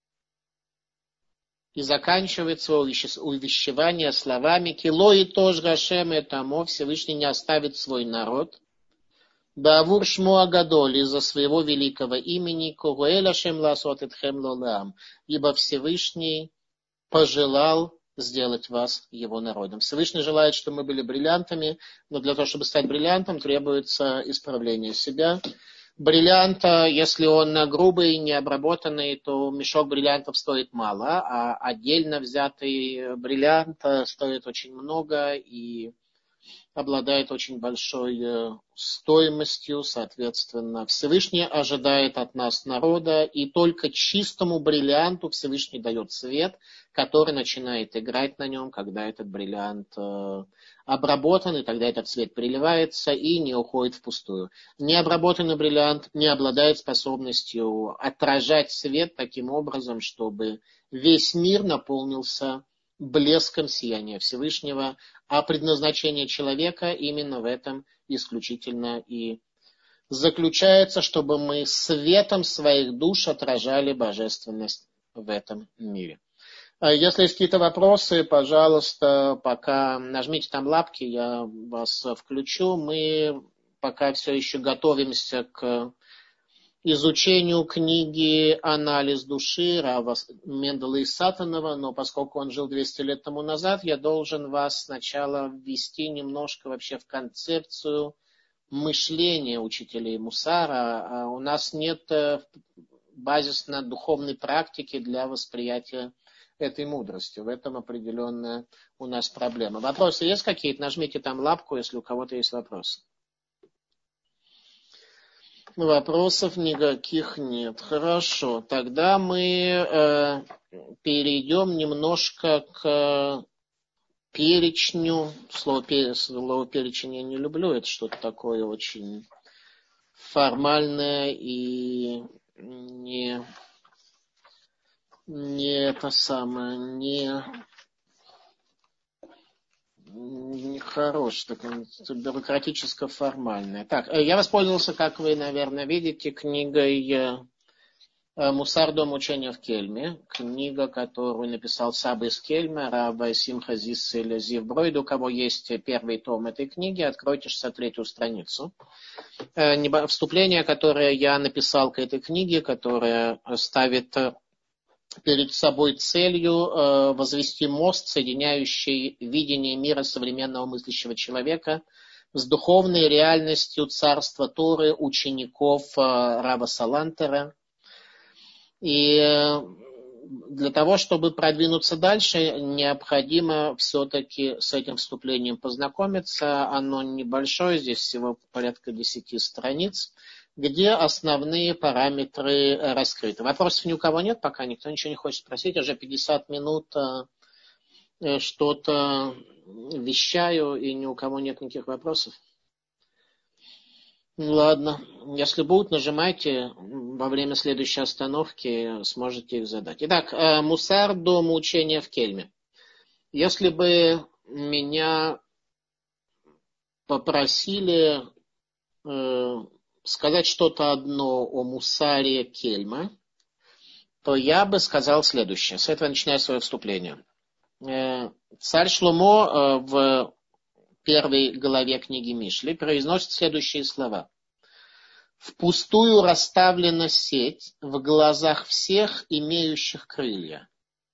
[SPEAKER 1] И заканчивает свое увещевание словами: «Кило и тож гашем этамо», Всевышний не оставит свой народ. «Баавур шмо агадоль», из-за своего великого имени, «Куруэль ашем ласот этхем лолам», ибо Всевышний пожелал сделать вас его народом. Всевышний желает, чтобы мы были бриллиантами, но для того, чтобы стать бриллиантом, требуется исправление себя. Бриллиант, если он грубый, необработанный, то мешок бриллиантов стоит мало, а отдельно взятый бриллиант стоит очень много и обладает очень большой стоимостью, соответственно, Всевышний ожидает от нас народа, и только чистому бриллианту Всевышний дает свет, который начинает играть на нем, когда этот бриллиант обработан, и тогда этот цвет переливается и не уходит впустую. Необработанный бриллиант не обладает способностью отражать свет таким образом, чтобы весь мир наполнился блеском сияния Всевышнего, а предназначение человека именно в этом исключительно и заключается, чтобы мы светом своих душ отражали божественность в этом мире. Если есть какие-то вопросы, пожалуйста, пока нажмите там лапки, я вас включу. Мы пока все еще готовимся к изучению книги «Анализ души» Рава Менделя из Сатанова, но поскольку он жил 200 лет тому назад, я должен вас сначала ввести немножко вообще в концепцию мышления учителей мусара. У нас нет базисно духовной практики для восприятия этой мудрости. В этом определенная у нас проблема. Вопросы есть какие-то? Нажмите там лапку, если у кого-то есть вопросы. Вопросов никаких нет. Хорошо. Тогда мы перейдем немножко к перечню. Слово перечень я не люблю. Это что-то такое очень формальное и не это самое, не хорошее, такое бюрократическо-формальное. Так, я воспользовался, как вы, наверное, видите, книгой «Мусар. Дом учения в Кельме». Книга, которую написал Саба из Кельма, Рав Симха Зиссель Зив Бройд. У кого есть первый том этой книги, откройте 63-ю страницу. Вступление, которое я написал к этой книге, которое ставит перед собой целью возвести мост, соединяющий видение мира современного мыслящего человека с духовной реальностью царства Торы учеников Рава Салантера. И для того, чтобы продвинуться дальше, необходимо все-таки с этим вступлением познакомиться. Оно небольшое, здесь всего порядка 10 страниц, где основные параметры раскрыты. Вопросов ни у кого нет, пока никто ничего не хочет спросить. Уже 50 минут что-то вещаю, и ни у кого нет никаких вопросов. Ладно, если будут, нажимайте во время следующей остановки, сможете их задать. Итак, Мусар. Дом учения в Кельме. Если бы меня попросили сказать что-то одно о Мусаре Кельма, то я бы сказал следующее. С этого начинаю свое вступление. Царь Шломо в первой главе книги Мишли произносит следующие слова. «Впустую расставлена сеть в глазах всех, имеющих крылья».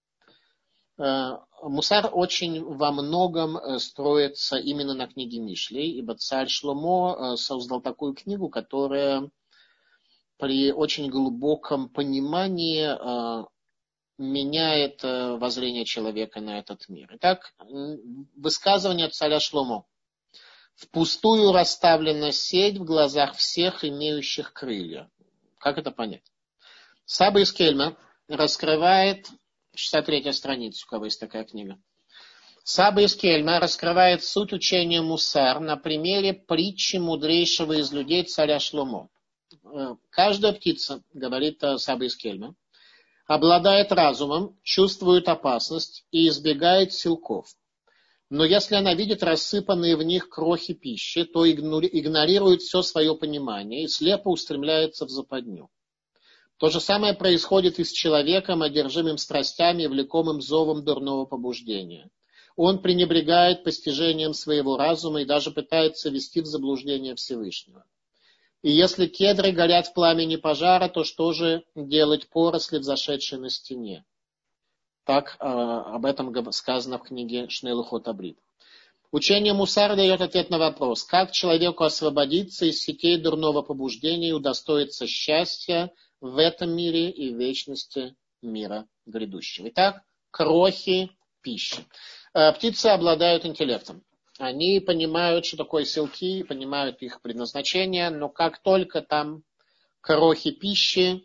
[SPEAKER 1] Мусар очень во многом строится именно на книге Мишли, ибо царь Шломо создал такую книгу, которая при очень глубоком понимании меняет воззрение человека на этот мир. Итак, высказывание царя Шломо. «Впустую расставлена сеть в глазах всех, имеющих крылья». Как это понять? Саба из Кельма раскрывает 63-я страница, у кого есть такая книга. Саба из Кельма раскрывает суть учения Мусар на примере притчи мудрейшего из людей царя Шломо. Каждая птица, говорит Саба из Кельма, обладает разумом, чувствует опасность и избегает силков. Но если она видит рассыпанные в них крохи пищи, то игнорирует все свое понимание и слепо устремляется в западню. То же самое происходит и с человеком, одержимым страстями и влекомым зовом дурного побуждения. Он пренебрегает постижением своего разума и даже пытается ввести в заблуждение Всевышнего. И если кедры горят в пламени пожара, то что же делать поросли, взошедшей на стене? Так об этом сказано в книге Шней Лухот Абрит. Учение Мусар дает ответ на вопрос, как человеку освободиться из сетей дурного побуждения и удостоиться счастья в этом мире и в вечности мира грядущего. Итак, крохи пищи. Птицы обладают интеллектом. Они понимают, что такое силки, понимают их предназначение, но как только там крохи пищи,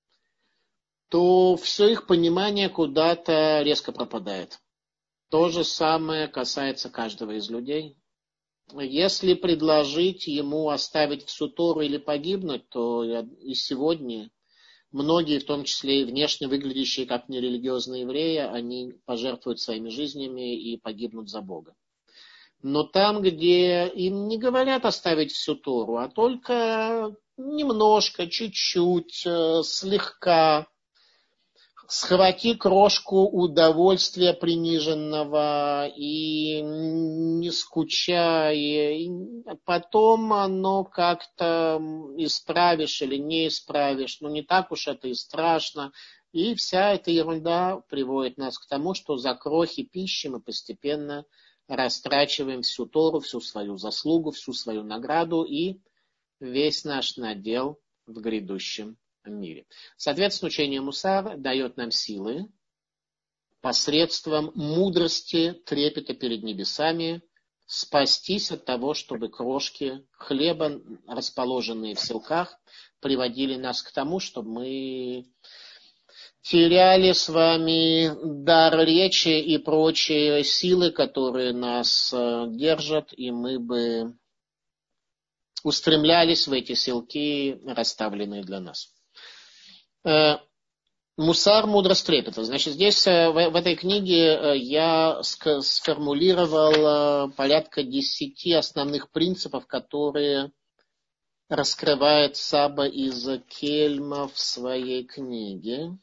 [SPEAKER 1] то все их понимание куда-то резко пропадает. То же самое касается каждого из людей. Если предложить ему оставить всю Тору или погибнуть, то и сегодня многие, в том числе и внешне выглядящие как нерелигиозные евреи, они пожертвуют своими жизнями и погибнут за Бога. Но там, где им не говорят оставить всю Тору, а только немножко, чуть-чуть, слегка, Схвати крошку удовольствия приниженного и не скучай. И потом оно как-то исправишь или не исправишь. Ну, не так уж это и страшно. И вся эта ерунда приводит нас к тому, что за крохи пищи мы постепенно растрачиваем всю Тору, всю свою заслугу, всю свою награду и весь наш надел в грядущем мире. Соответственно, учение Мусар дает нам силы посредством мудрости, трепета перед небесами спастись от того, чтобы крошки хлеба, расположенные в селках, приводили нас к тому, чтобы мы теряли с вами дар речи и прочие силы, которые нас держат, и мы бы устремлялись в эти селки, расставленные для нас. Мусар, мудрость трепета. Значит, здесь в этой книге я сформулировал порядка 10 основных принципов, которые раскрывает Саба из Кельма в своей книге.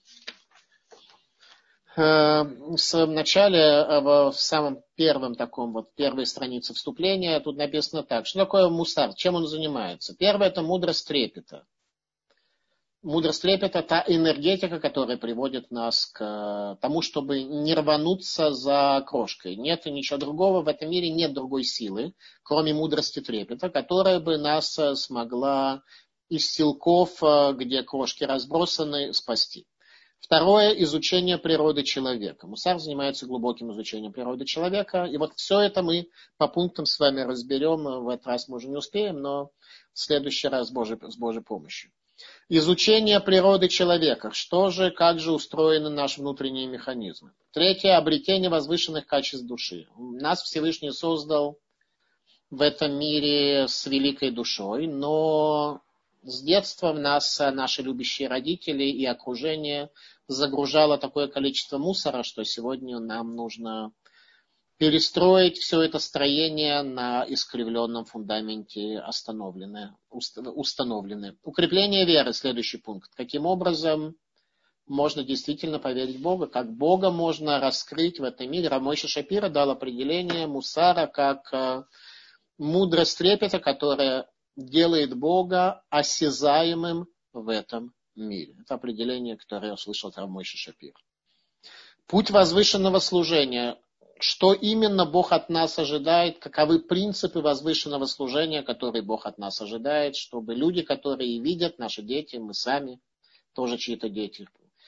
[SPEAKER 1] В самом начале, в самом первом таком первой странице вступления, тут написано так. Что такое мусар? Чем он занимается? Первое – это мудрость трепета. Мудрость трепета – та энергетика, которая приводит нас к тому, чтобы не рвануться за крошкой. Нет ничего другого, в этом мире нет другой силы, кроме мудрости трепета, которая бы нас смогла из селков, где крошки разбросаны, спасти. Второе – изучение природы человека. Мусар занимается глубоким изучением природы человека. И вот все это мы по пунктам с вами разберем. В этот раз мы уже не успеем, но в следующий раз с Божьей помощью. Изучение природы человека. Что же, как же устроены наши внутренние механизмы. Третье – обретение возвышенных качеств души. Нас Всевышний создал в этом мире с великой душой, но с детства в нас наши любящие родители и окружение загружало такое количество мусора, что сегодня нам нужно перестроить все это строение на искривленном фундаменте установленное. Укрепление веры, следующий пункт. Каким образом можно действительно поверить в Бога? Как Бога можно раскрыть в этом мире? Рав Мойше Шапира дал определение мусара как мудрость трепета, которая делает Бога осязаемым в этом мире. Это определение, которое я услышал от Рав Мойше Шапира. Путь возвышенного служения. Что именно Бог от нас ожидает? Каковы принципы возвышенного служения, которые Бог от нас ожидает, чтобы люди, которые видят, наши дети, мы сами, тоже чьи-то дети,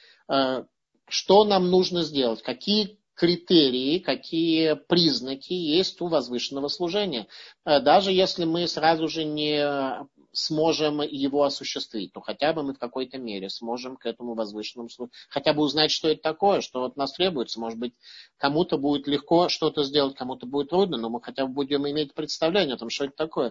[SPEAKER 1] что нам нужно сделать? Какие критерии, какие признаки есть у возвышенного служения? Даже если мы сразу же не сможем его осуществить, то хотя бы мы в какой-то мере сможем к этому возвышенному служению, хотя бы узнать, что это такое, что от нас требуется. Может быть, кому-то будет легко что-то сделать, кому-то будет трудно, но мы хотя бы будем иметь представление о том, что это такое.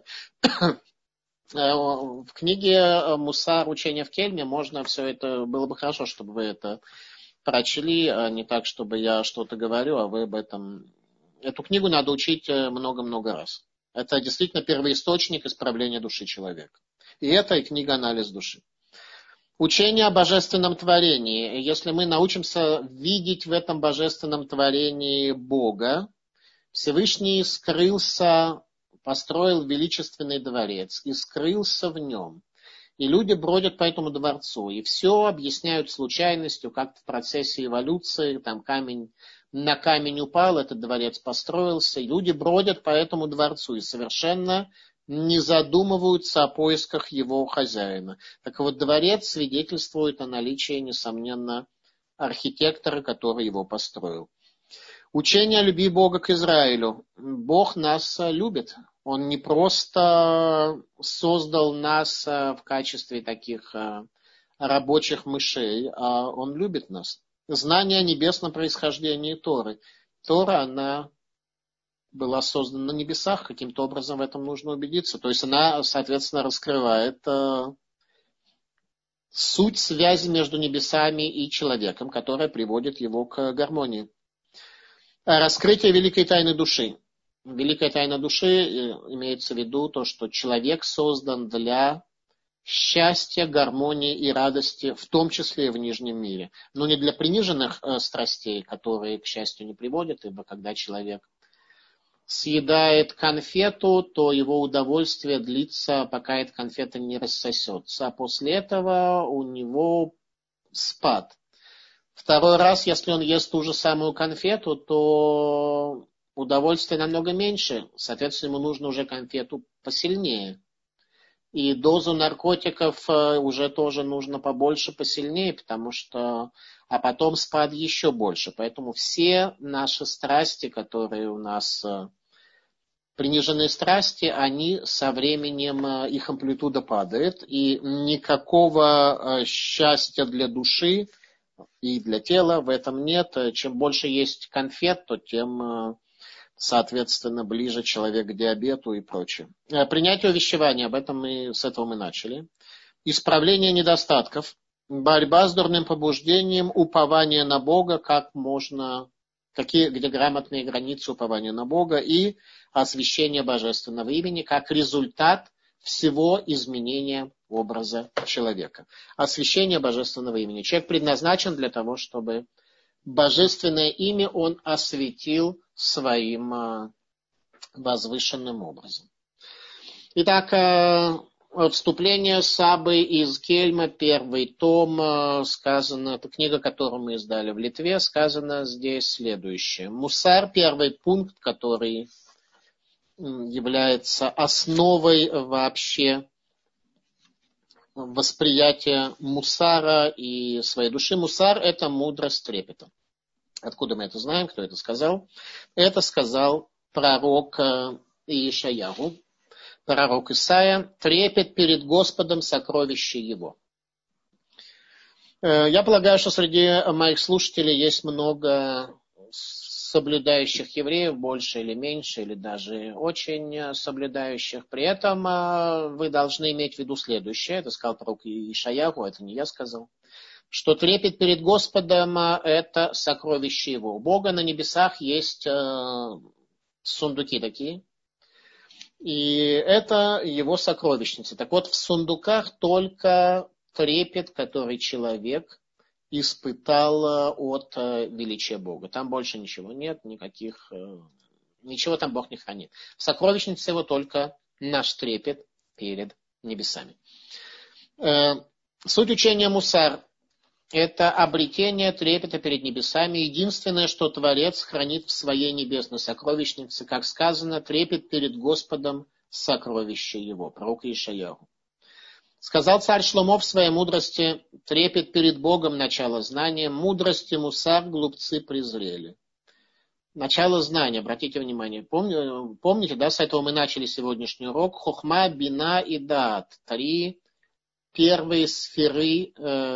[SPEAKER 1] В книге «Мусар. Учение в Кельме» можно все это, было бы хорошо, чтобы вы это прочли, а не так, чтобы я что-то говорю, а вы об этом... Эту книгу надо учить много-много раз. Это действительно первоисточник исправления души человека. И это и книга «Анализ души». Учение о божественном творении. Если мы научимся видеть в этом божественном творении Бога, Всевышний скрылся, построил величественный дворец и скрылся в нем. И люди бродят по этому дворцу, и все объясняют случайностью, как в процессе эволюции, там камень на камень упал, этот дворец построился, и люди бродят по этому дворцу и совершенно не задумываются о поисках его хозяина. Так вот, дворец свидетельствует о наличии, несомненно, архитектора, который его построил. Учение о любви Бога к Израилю. Бог нас любит. Он не просто создал нас в качестве таких рабочих мышей, а Он любит нас. Знание о небесном происхождении Торы. Тора, она была создана на небесах, каким-то образом в этом нужно убедиться. То есть она, соответственно, раскрывает суть связи между небесами и человеком, которая приводит его к гармонии. Раскрытие великой тайны души. Великая тайна души имеется в виду то, что человек создан для счастья, гармонии и радости, в том числе и в нижнем мире. Но не для приниженных страстей, которые, к счастью, не приводят, ибо когда человек съедает конфету, то его удовольствие длится, пока эта конфета не рассосется. А после этого у него спад. Второй раз, если он ест ту же самую конфету, то удовольствие намного меньше. Соответственно, ему нужно уже конфету посильнее. И дозу наркотиков уже тоже нужно побольше, посильнее, потому что... А потом спад еще больше. Поэтому все наши страсти, которые у нас... Приниженные страсти, они со временем, их амплитуда падает. И никакого счастья для души и для тела в этом нет. Чем больше есть конфет, то тем... соответственно, ближе человек к диабету и прочее. Принятие увещевания, с этого мы начали. Исправление недостатков, борьба с дурным побуждением, упование на Бога, где грамотные границы упования на Бога и освящение божественного имени, как результат всего изменения образа человека. Освящение божественного имени. Человек предназначен для того, чтобы божественное имя он осветил своим возвышенным образом. Итак, вступление Сабы из Кельма, первый том, сказано, это книга, которую мы издали в Литве, сказано здесь следующее. Мусар, первый пункт, который является основой вообще восприятия мусара и своей души. Мусар – это мудрость трепета. Откуда мы это знаем? Кто это сказал? Это сказал пророк Иешаяху, пророк Исаия. Трепет перед Господом сокровище его. Я полагаю, что среди моих слушателей есть много соблюдающих евреев, больше или меньше, или даже очень соблюдающих. При этом вы должны иметь в виду следующее. Это сказал пророк Иешаяху, это не я сказал. Что трепет перед Господом – это сокровище Его. У Бога на небесах есть сундуки такие, и это Его сокровищницы. Так вот, в сундуках только трепет, который человек испытал от величия Бога. Там больше ничего нет, ничего там Бог не хранит. В сокровищнице Его только наш трепет перед небесами. Суть учения Мусар – это обретение трепета перед небесами. Единственное, что Творец хранит в своей небесной сокровищнице, как сказано, трепет перед Господом сокровище его. Пророк Иешаяху. Сказал царь Шломо в своей мудрости, трепет перед Богом начало знания, мудрости мусар глупцы презрели. Начало знания, обратите внимание. Помните, да, с этого мы начали сегодняшний урок. Хохма, бина и даат. Три первые сферы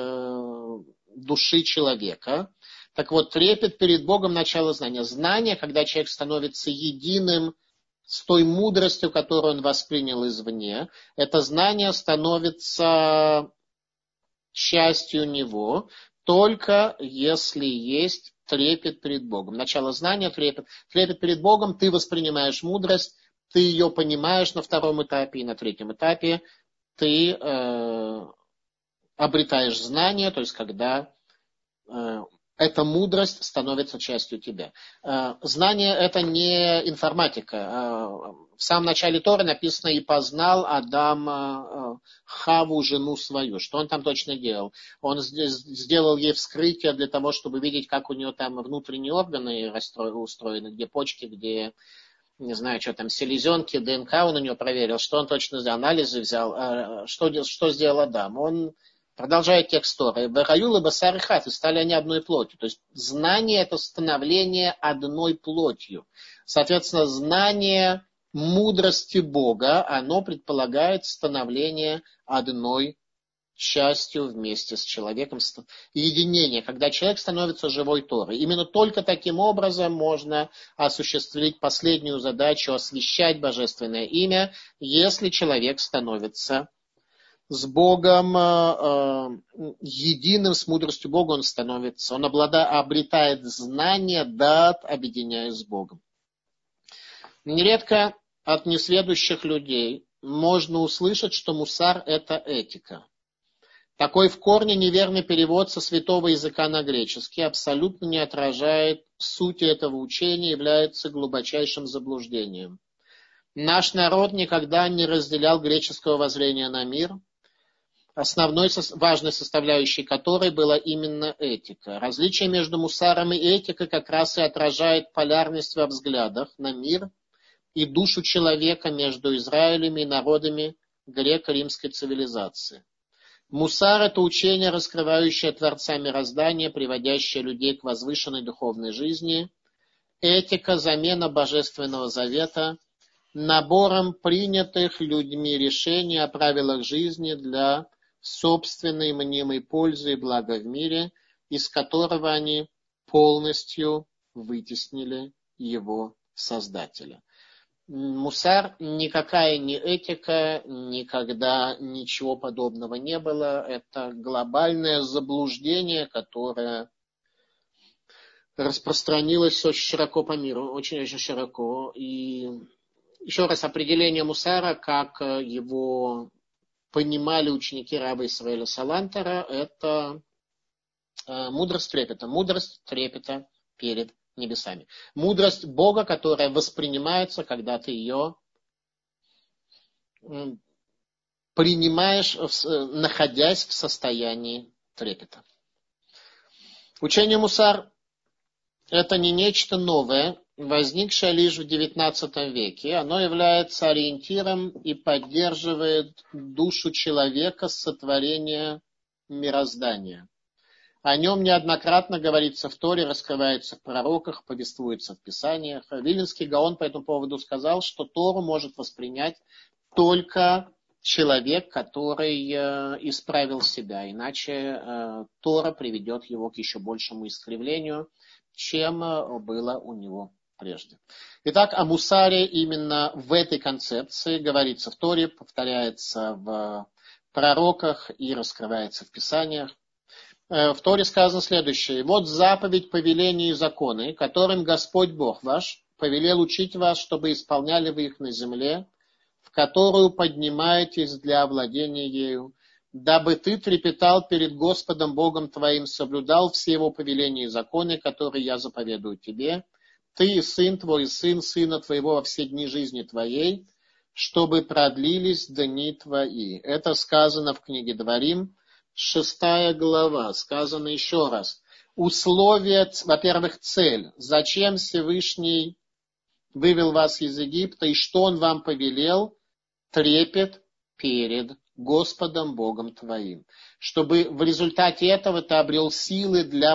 [SPEAKER 1] души человека. Так вот, трепет перед Богом начало знания. Знание, когда человек становится единым с той мудростью, которую он воспринял извне, это знание становится частью него, только если есть трепет перед Богом. Начало знания, трепет. Трепет перед Богом, ты воспринимаешь мудрость, ты ее понимаешь на втором этапе и на третьем этапе. Ты обретаешь знание, то есть когда эта мудрость становится частью тебя. Знание – это не информатика. В самом начале Торы написано «И познал Адам Хаву, жену свою». Что он там точно делал? Он сделал ей вскрытие для того, чтобы видеть, как у нее там внутренние органы устроены, где почки, где... не знаю, что там, селезенки, ДНК он у него проверил, что он точно сделал, анализы взял, что сделал Адам. Он продолжает текст Торы. «Вараюл и басар и хат», и стали они одной плотью. То есть знание – это становление одной плотью. Соответственно, знание мудрости Бога, оно предполагает становление одной частью вместе с человеком, единение, когда человек становится живой Торой. Именно только таким образом можно осуществить последнюю задачу, освящать божественное имя, если человек становится с Богом, единым с мудростью Бога он обретает знание, дат, объединяясь с Богом. Нередко от несведущих людей можно услышать, что мусар – это этика. Такой в корне неверный перевод со святого языка на греческий абсолютно не отражает сути этого учения, является глубочайшим заблуждением. Наш народ никогда не разделял греческого воззрения на мир, основной важной составляющей которой была именно этика. Различие между мусаром и этикой как раз и отражает полярность во взглядах на мир и душу человека между Израилем и народами греко-римской цивилизации. Мусар – это учение, раскрывающее Творца мироздания, приводящее людей к возвышенной духовной жизни. Этика – замена Божественного Завета набором принятых людьми решений о правилах жизни для собственной мнимой пользы и блага в мире, из которого они полностью вытеснили его Создателя. Мусар никакая не этика, никогда ничего подобного не было. Это глобальное заблуждение, которое распространилось очень широко по миру, очень-очень широко. И еще раз, определение мусара, как его понимали ученики раба Исраэля Салантера, это мудрость трепета перед небесами. Мудрость Бога, которая воспринимается, когда ты ее принимаешь, находясь в состоянии трепета. Учение мусар – это не нечто новое, возникшее лишь в XIX веке. Оно является ориентиром и поддерживает душу человека с сотворения мироздания. О нем неоднократно говорится в Торе, раскрывается в пророках, повествуется в Писаниях. Вилинский Гаон по этому поводу сказал, что Тору может воспринять только человек, который исправил себя. Иначе Тора приведет его к еще большему искривлению, чем было у него прежде. Итак, о мусаре именно в этой концепции говорится в Торе, повторяется в пророках и раскрывается в Писаниях. В Торе сказано следующее. Вот заповедь, повеления и законы, которым Господь Бог ваш повелел учить вас, чтобы исполняли вы их на земле, в которую поднимаетесь для овладения ею, дабы ты трепетал перед Господом Богом твоим, соблюдал все его повеления и законы, которые я заповедую тебе, ты и сын твой, и сын сына твоего во все дни жизни твоей, чтобы продлились дни твои. Это сказано в книге Дворим, 6 глава, сказано еще раз. Условие, во-первых, цель. Зачем Всевышний вывел вас из Египта и что он вам повелел? Трепет перед Господом Богом твоим. Чтобы в результате этого ты обрел силы для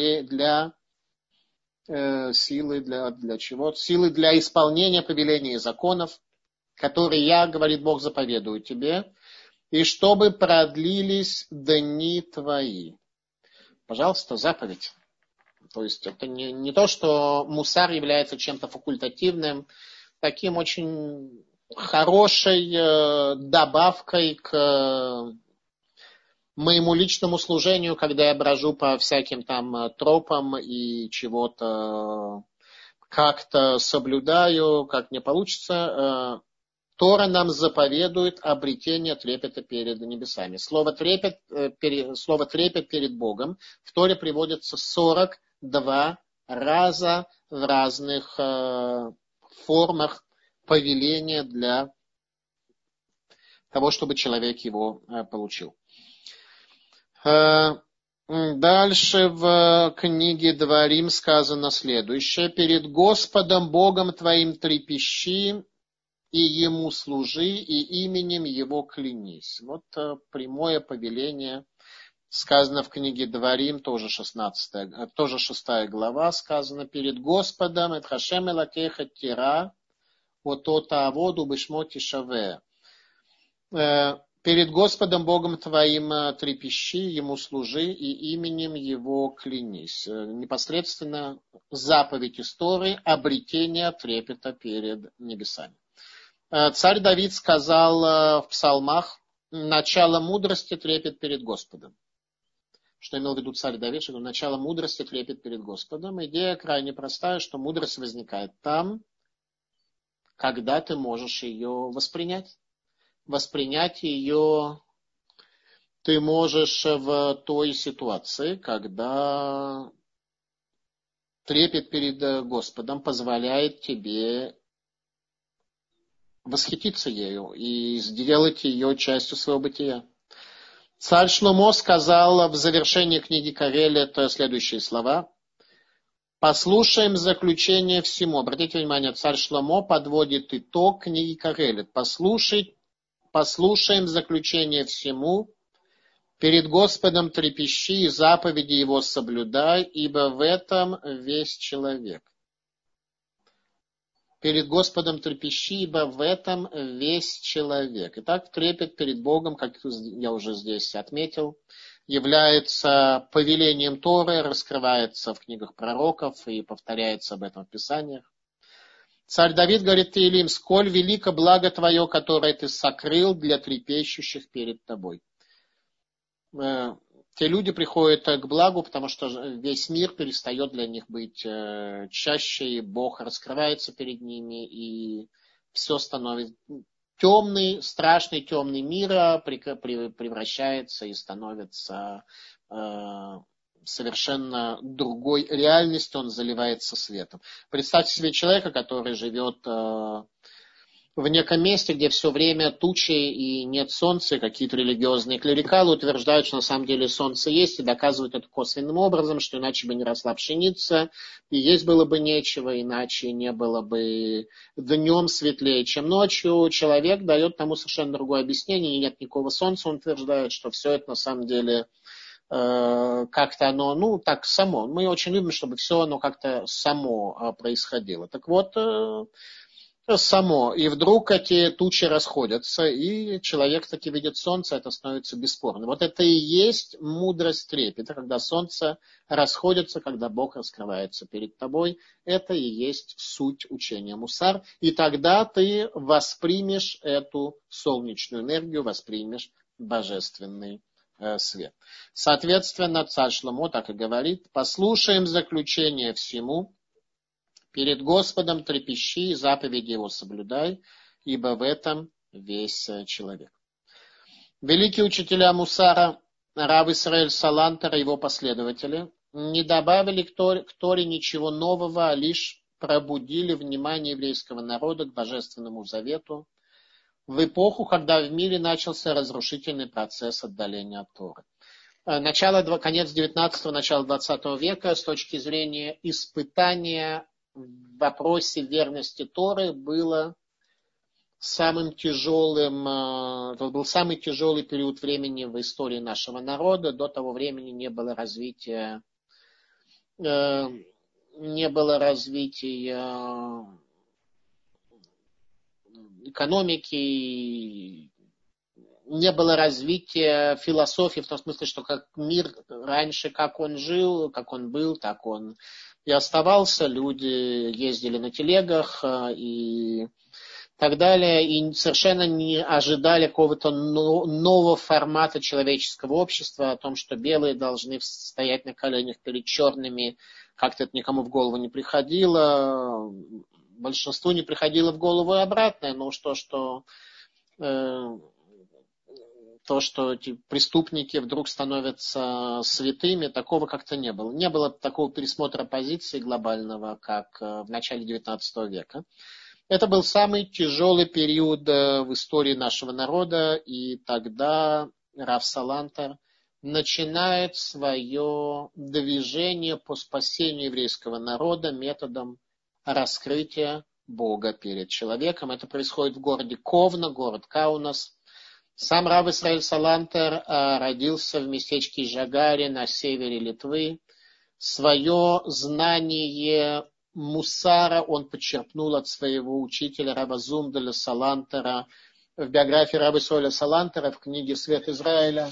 [SPEAKER 1] чего? Силы для исполнения повелений и законов, которые я, говорит Бог, заповедую тебе. И чтобы продлились дни твои. Пожалуйста, заповедь. То есть это не то, что мусар является чем-то факультативным, таким очень хорошей добавкой к моему личному служению, когда я брожу по всяким там тропам и чего-то как-то соблюдаю, как мне получится. Тора нам заповедует обретение трепета перед небесами. Слово трепет перед Богом в Торе приводится 42 раза в разных формах повеления для того, чтобы человек его получил. Дальше в книге Дворим сказано следующее. «Перед Господом Богом твоим трепещи, и Ему служи, и именем Его клянись». Вот прямое повеление сказано в книге Дворим, тоже 6 глава, сказано: «Перед Господом эт Хашем элокеха тира, ото тааводу бешмоти шаве». Перед Господом Богом твоим трепещи, Ему служи, и именем Его клянись. Непосредственно заповедь истории обретения трепета перед небесами. Царь Давид сказал в псалмах: начало мудрости трепет перед Господом. Что имел в виду царь Давид? Что начало мудрости трепет перед Господом. Идея крайне простая, что мудрость возникает там, когда ты можешь ее воспринять. воспринять ее ты можешь в той ситуации, когда трепет перед Господом позволяет тебе восхититься ею и сделать ее частью своего бытия. Царь Шломо сказал в завершении книги Кагелет следующие слова. Послушаем заключение всему. Обратите внимание, царь Шломо подводит итог книги Кагелет. Послушаем заключение всему. Перед Господом трепещи и заповеди Его соблюдай, ибо в этом весь человек. Перед Господом трепещи, ибо в этом весь человек. Итак, трепет перед Богом, как я уже здесь отметил, является повелением Торы, раскрывается в книгах пророков и повторяется об этом в Писаниях. Царь Давид говорит Теилим: «Сколь велико благо Твое, которое Ты сокрыл для трепещущих перед Тобой». Те люди приходят к благу, потому что весь мир перестает для них быть чаще, и Бог раскрывается перед ними, и все становится... Темный, страшный темный мир превращается и становится совершенно другой реальностью, он заливается светом. Представьте себе человека, который живет в неком месте, где все время тучи и нет солнца, какие-то религиозные клерикалы утверждают, что на самом деле солнце есть, и доказывают это косвенным образом, что иначе бы не росла пшеница, и есть было бы нечего, иначе не было бы днем светлее, чем ночью. Человек дает тому совершенно другое объяснение, и нет никакого солнца, он утверждает, что все это на самом деле как-то оно, так само. Мы очень любим, чтобы все оно как-то само происходило. Так вот, само. И вдруг эти тучи расходятся, и человек таки видит солнце, это становится бесспорно. Вот это и есть мудрость трепета, когда солнце расходится, когда Бог раскрывается перед тобой. Это и есть суть учения Мусар. И тогда ты воспримешь эту солнечную энергию, воспримешь божественный свет. Соответственно, царь Шломо так и говорит: послушаем заключение всему. Перед Господом трепещи и заповеди Его соблюдай, ибо в этом весь человек. Великие учителя Мусара, Рав Исраэль Салантер и его последователи не добавили к Торе ничего нового, а лишь пробудили внимание еврейского народа к Божественному Завету в эпоху, когда в мире начался разрушительный процесс отдаления от Торы. Конец 19-го, начало 20 века с точки зрения испытания в вопросе верности Торы был самый тяжелый период времени в истории нашего народа. До того времени не было развития экономики, не было развития философии, в том смысле, что как мир раньше, как он жил, как он был, так он и оставался. Люди ездили на телегах и так далее, и совершенно не ожидали какого-то нового формата человеческого общества, о том, что белые должны стоять на коленях перед черными. Как-то это никому в голову не приходило. Большинству не приходило в голову и обратное, но что эти преступники вдруг становятся святыми, такого как-то не было. Не было такого пересмотра позиции глобального, как в начале XIX века. Это был самый тяжелый период в истории нашего народа, и тогда Рав Салантер начинает свое движение по спасению еврейского народа методом раскрытия Бога перед человеком. Это происходит в городе Ковна, город Каунас. Сам Рав Исраэль Салантер родился в местечке Жагари на севере Литвы. Свое знание мусара он почерпнул от своего учителя Рава Зунделя Салантера. В биографии Рава Исраэля Салантера в книге «Свет Израиля»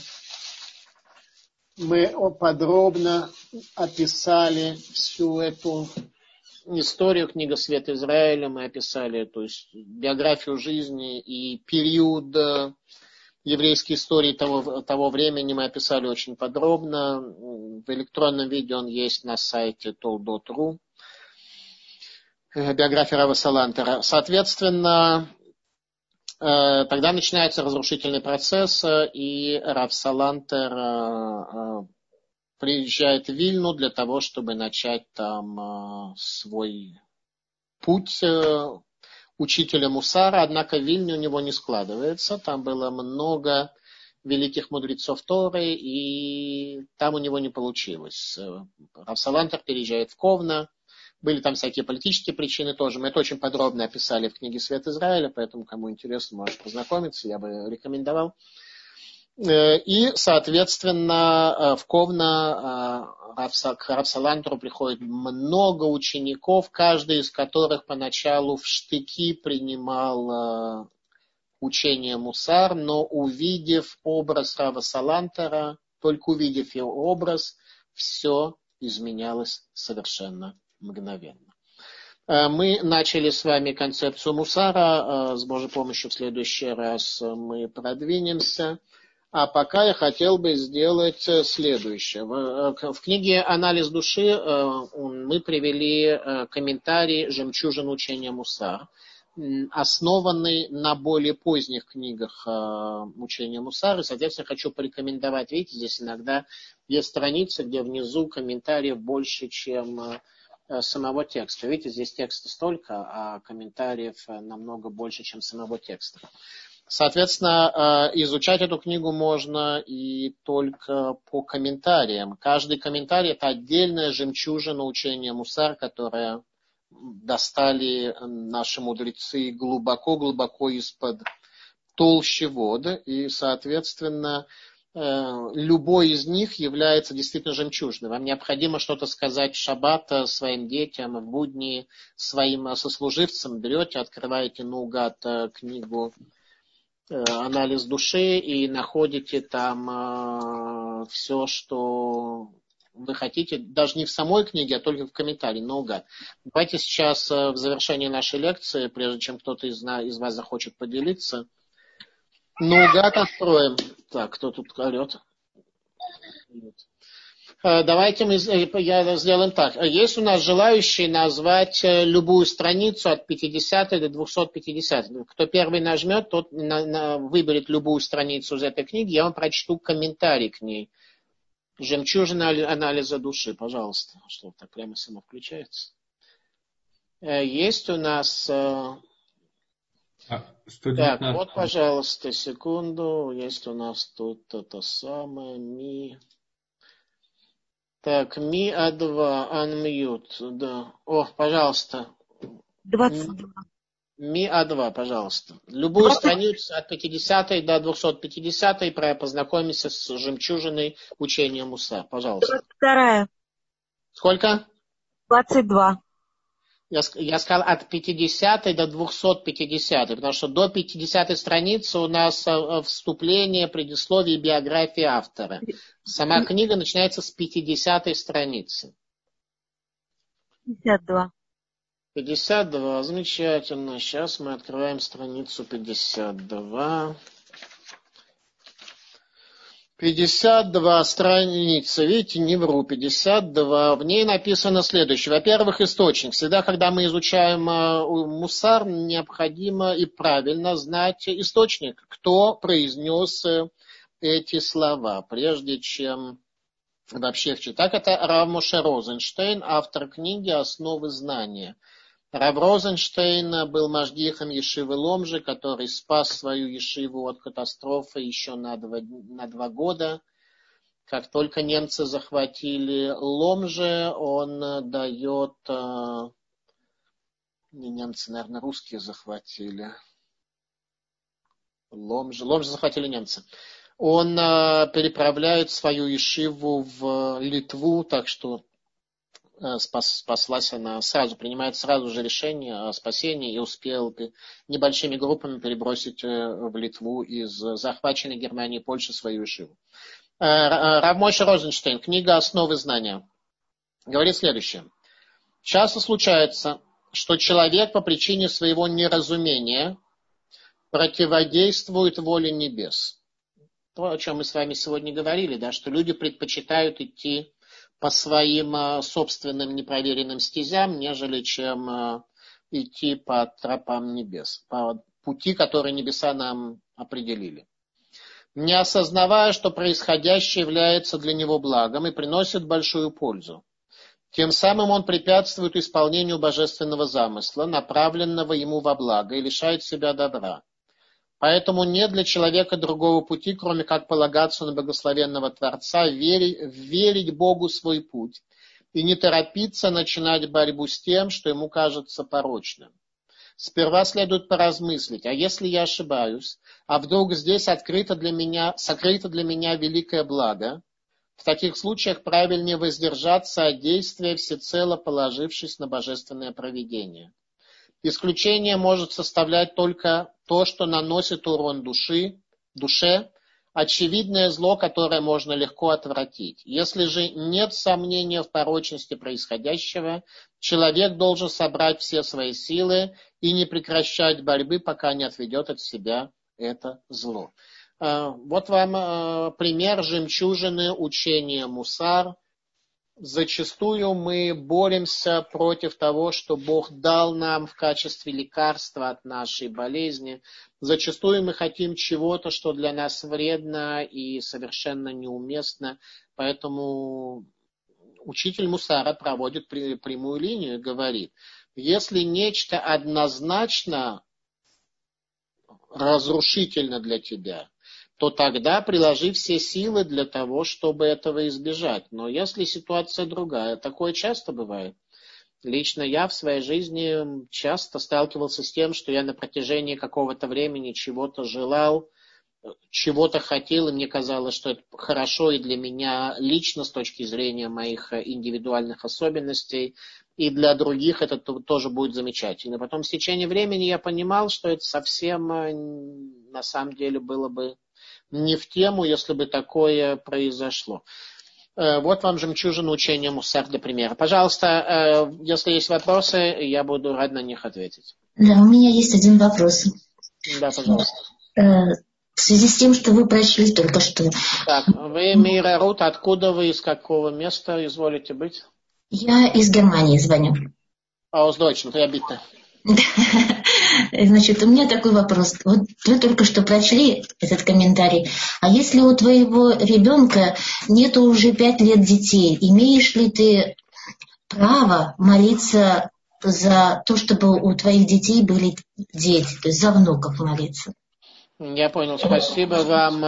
[SPEAKER 1] мы подробно описали всю эту историю. Книга «Свет Израиля», мы описали, то есть биографию жизни и период еврейской истории того времени мы описали очень подробно. В электронном виде он есть на сайте toldot.ru. Биография Рава Салантера. Соответственно, тогда начинается разрушительный процесс, и Рав Салантер приезжает в Вильну для того, чтобы начать там свой путь учителя Мусара, однако в Вильне у него не складывается. Там было много великих мудрецов Торы, и там у него не получилось. Рав Салантер переезжает в Ковна. Были там всякие политические причины тоже. Мы это очень подробно описали в книге «Свет Израиля», поэтому, кому интересно, может познакомиться, я бы рекомендовал. И, соответственно, в Ковна к Рав Салантеру приходит много учеников, каждый из которых поначалу в штыки принимал учение Мусар, но увидев образ Рава Салантера, только увидев его образ, все изменялось совершенно мгновенно. Мы начали с вами концепцию Мусара. С Божьей помощью в следующий раз мы продвинемся. А пока я хотел бы сделать следующее. В книге «Анализ души» мы привели комментарий «Жемчужин учения Мусар», основанный на более поздних книгах учения Мусар. И, соответственно, хочу порекомендовать. Видите, здесь иногда есть страницы, где внизу комментариев больше, чем самого текста. Видите, здесь текста столько, а комментариев намного больше, чем самого текста. Соответственно, изучать эту книгу можно и только по комментариям. Каждый комментарий – это отдельная жемчужина учения Мусар, которая достали наши мудрецы глубоко-глубоко из-под толщи воды. И, соответственно, любой из них является действительно жемчужиной. Вам необходимо что-то сказать в шаббат своим детям, в будни своим сослуживцам. Берете, открываете наугад книгу «Анализ души» и находите там все, что вы хотите, даже не в самой книге, а только в комментарии, наугад. Давайте сейчас в завершении нашей лекции, прежде чем кто-то из вас захочет поделиться, наугад откроем. Так, кто тут орет? Давайте я сделаем так. Есть у нас желающие назвать любую страницу от 50 до 250. Кто первый нажмет, тот выберет любую страницу из этой книги. Я вам прочту комментарий к ней. «Жемчужина анализа души». Пожалуйста. Что так прямо само включается? Есть у нас... 119. Так, вот, пожалуйста, секунду. Есть у нас тут это самое... Так, Ми-А2, unmute, да. О, пожалуйста.
[SPEAKER 2] 22.
[SPEAKER 1] Ми-А2, пожалуйста. Любую страницу от 50 до 250 познакомимся с жемчужиной учения Муса. Пожалуйста.
[SPEAKER 2] 22.
[SPEAKER 1] Сколько?
[SPEAKER 2] 22.
[SPEAKER 1] Я сказал от 50 до 250, потому что до 50 страницы у нас вступление, предисловие и биография автора. Сама книга начинается с 50 страницы.
[SPEAKER 2] 52.
[SPEAKER 1] 52, замечательно. Сейчас мы открываем страницу 52. 52 страницы, видите, не вру, 52. В ней написано следующее. Во-первых, источник. Всегда, когда мы изучаем Мусар, необходимо и правильно знать источник, кто произнес эти слова, прежде чем вообще их читать. Это Рав Моше Розенштейн, автор книги «Основы знания». Рав Розенштейн был мажгихом ешивы Ломжи, который спас свою ешиву от катастрофы еще на 2 года. Как только немцы захватили Ломжи, он дает... Не немцы, наверное, русские захватили. Ломжи захватили немцы. Он переправляет свою ешиву в Литву, так что спаслась она сразу, принимает сразу же решение о спасении и успел небольшими группами перебросить в Литву из захваченной Германии и Польши свою ешиву. Рав Моше Розенштейн, книга «Основы знания», говорит следующее. Часто случается, что человек по причине своего неразумения противодействует воле небес. То, о чем мы с вами сегодня говорили, да, что люди предпочитают идти по своим собственным непроверенным стезям, нежели чем идти по тропам небес, по пути, которые небеса нам определили. Не осознавая, что происходящее является для него благом и приносит большую пользу. Тем самым он препятствует исполнению божественного замысла, направленного ему во благо, и лишает себя добра. Поэтому нет для человека другого пути, кроме как полагаться на благословенного Творца, верить Богу свой путь и не торопиться начинать борьбу с тем, что ему кажется порочным. Сперва следует поразмыслить, а если я ошибаюсь, а вдруг здесь сокрыто для меня великое благо, в таких случаях правильнее воздержаться от действия, всецело положившись на божественное провидение. Исключение может составлять только то, что наносит урон душе, очевидное зло, которое можно легко отвратить. Если же нет сомнения в порочности происходящего, человек должен собрать все свои силы и не прекращать борьбы, пока не отведет от себя это зло. Вот вам пример жемчужины учения Мусар. Зачастую мы боремся против того, что Бог дал нам в качестве лекарства от нашей болезни. Зачастую мы хотим чего-то, что для нас вредно и совершенно неуместно. Поэтому учитель Мусара проводит прямую линию и говорит, если нечто однозначно разрушительно для тебя, то тогда приложи все силы для того, чтобы этого избежать. Но если ситуация другая, такое часто бывает. Лично я в своей жизни часто сталкивался с тем, что я на протяжении какого-то времени чего-то желал, чего-то хотел, и мне казалось, что это хорошо и для меня лично с точки зрения моих индивидуальных особенностей, и для других это тоже будет замечательно. Потом с течением времени я понимал, что это совсем на самом деле было бы не в тему, если бы такое произошло. Вот вам жемчужина учения Мусар для примера. Пожалуйста, если есть вопросы, я буду рад на них ответить.
[SPEAKER 3] Да, у меня есть один вопрос.
[SPEAKER 1] Да, пожалуйста.
[SPEAKER 3] В связи с тем, что вы прочли только что.
[SPEAKER 1] Так, вы Мира Рут, откуда вы, из какого места изволите быть?
[SPEAKER 3] Я из Германии звоню.
[SPEAKER 1] Aus Deutschland, я bitte.
[SPEAKER 3] Значит, у меня такой вопрос. Вот вы только что прочли этот комментарий. А если у твоего ребенка нету уже 5 лет детей, имеешь ли ты право молиться за то, чтобы у твоих детей были дети, то есть за внуков молиться?
[SPEAKER 1] Я понял. Спасибо вам,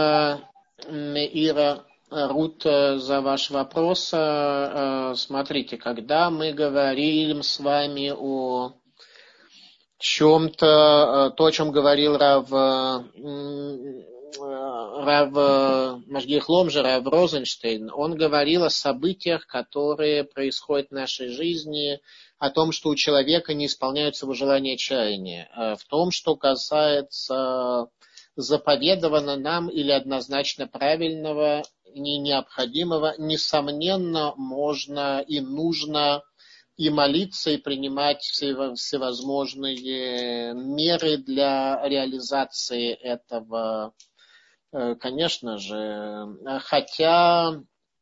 [SPEAKER 1] Ира Рут, за ваш вопрос. Смотрите, когда мы говорим с вами о чем-то, то, о чем говорил Рав Машгих Ломжер, Рав Розенштейн, он говорил о событиях, которые происходят в нашей жизни, о том, что у человека не исполняются его желания и чаяния, в том, что касается заповедованного нам или однозначно правильного, не необходимого, несомненно, можно и нужно и молиться, и принимать всевозможные меры для реализации этого, конечно же. Хотя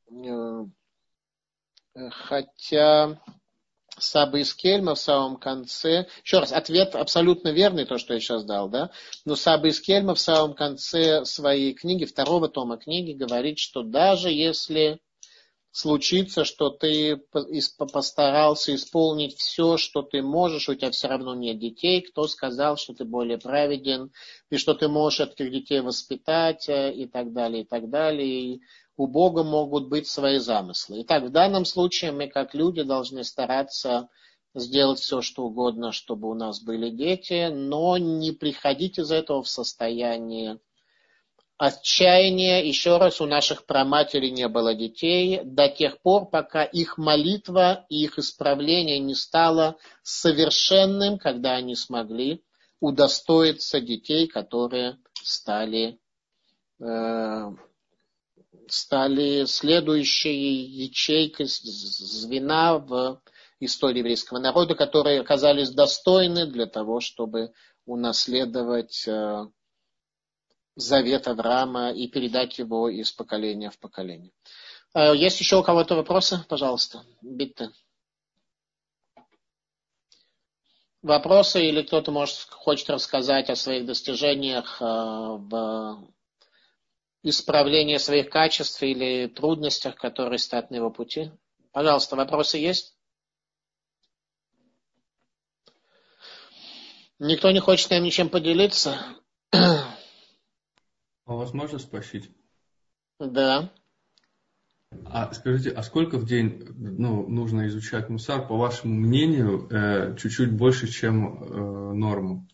[SPEAKER 1] Саба из Кельма в самом конце, еще раз, ответ абсолютно верный, то, что я сейчас дал, да, но Саба из Кельма в самом конце своей книги, 2-го тома книги, говорит, что даже если случится, что ты постарался исполнить все, что ты можешь, у тебя все равно нет детей, кто сказал, что ты более праведен, и что ты можешь этих детей воспитать, и так далее, и так далее, и у Бога могут быть свои замыслы. Итак, в данном случае мы, как люди, должны стараться сделать все, что угодно, чтобы у нас были дети, но не приходить из этого в состояние отчаяния. Еще раз, у наших праматерей не было детей до тех пор, пока их молитва и их исправление не стало совершенным, когда они смогли удостоиться детей, которые стали следующей ячейкой звена в истории еврейского народа, которые оказались достойны для того, чтобы унаследовать завет Авраама и передать его из поколения в поколение. Есть еще у кого-то вопросы? Пожалуйста, Битте. Вопросы или кто-то хочет рассказать о своих достижениях в исправлении своих качеств или трудностях, которые стоят на его пути? Пожалуйста, вопросы есть? Никто не хочет нам ничем поделиться?
[SPEAKER 4] А вас можно спросить?
[SPEAKER 1] Да.
[SPEAKER 4] А скажите, а сколько в день нужно изучать мусар, по вашему мнению, чуть-чуть больше, чем норму?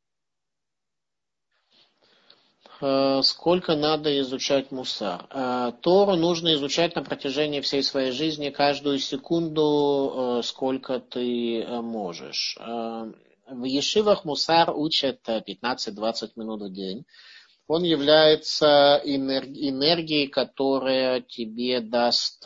[SPEAKER 1] Сколько надо изучать мусар? Тору нужно изучать на протяжении всей своей жизни, каждую секунду, сколько ты можешь. В ешивах мусар учат 15-20 минут в день. Он является энергией, которая тебе даст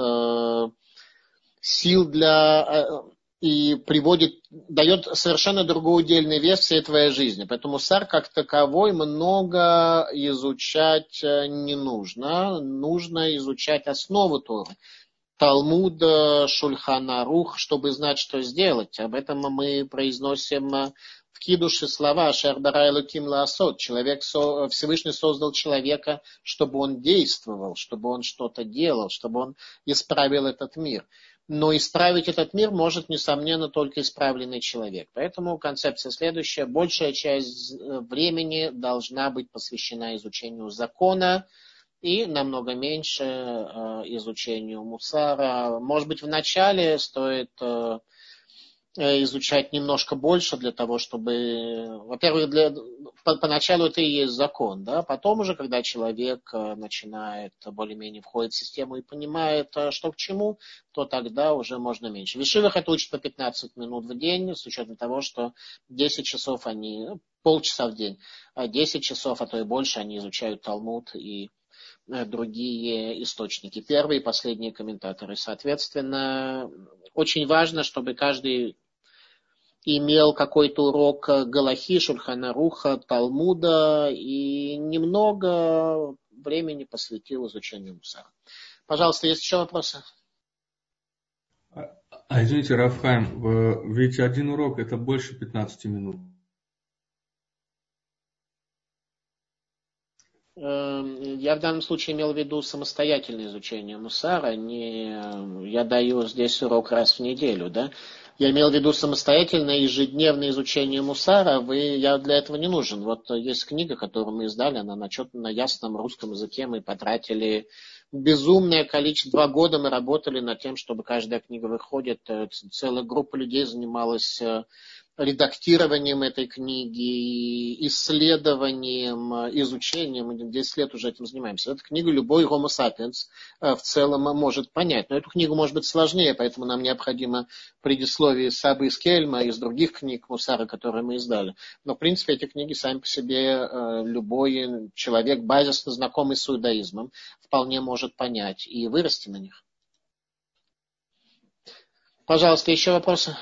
[SPEAKER 1] сил и дает совершенно другой удельный вес всей твоей жизни. Поэтому мусар как таковой много изучать не нужно. Нужно изучать основу Торы. Талмуд, Шульхан Арух, чтобы знать, что сделать. Об этом мы произносим в кидуше слова «Шербара элоким лаасот». Всевышний создал человека, чтобы он действовал, чтобы он что-то делал, чтобы он исправил этот мир. Но исправить этот мир может, несомненно, только исправленный человек. Поэтому концепция следующая. Большая часть времени должна быть посвящена изучению закона и намного меньше изучению мусара. Может быть, вначале стоит изучать немножко больше для того, чтобы... Во-первых, поначалу это и есть закон, да? Потом уже, когда человек начинает более-менее входить в систему и понимает, что к чему, то тогда уже можно меньше. В ешивах это учат по 15 минут в день, с учетом того, что 10 часов полчаса в день, 10 часов, а то и больше они изучают Талмуд и другие источники. Первые и последние комментаторы. Соответственно, очень важно, чтобы каждый имел какой-то урок Галахи, Шульхан Аруха, Талмуда и немного времени посвятил изучению мусара. Пожалуйста, есть еще вопросы?
[SPEAKER 4] Извините, Рав Хаим, ведь один урок это больше 15 минут.
[SPEAKER 1] Я в данном случае имел в виду самостоятельное изучение мусара, я даю здесь урок раз в неделю, да? Я имел в виду самостоятельное ежедневное изучение мусара, я для этого не нужен. Вот есть книга, которую мы издали, она на ясном русском языке, мы потратили безумное количество, 2 года мы работали над тем, чтобы каждая книга выходит, целая группа людей занималась редактированием этой книги, исследованием, изучением. Мы 10 лет уже этим занимаемся. Эту книгу любой Homo sapiens в целом может понять. Но эту книгу может быть сложнее, поэтому нам необходимо предисловие Сабы из Кельма, из других книг мусара, которые мы издали. Но, в принципе, эти книги сами по себе любой человек, базисно знакомый с иудаизмом, вполне может понять и вырасти на них. Пожалуйста, еще вопросы?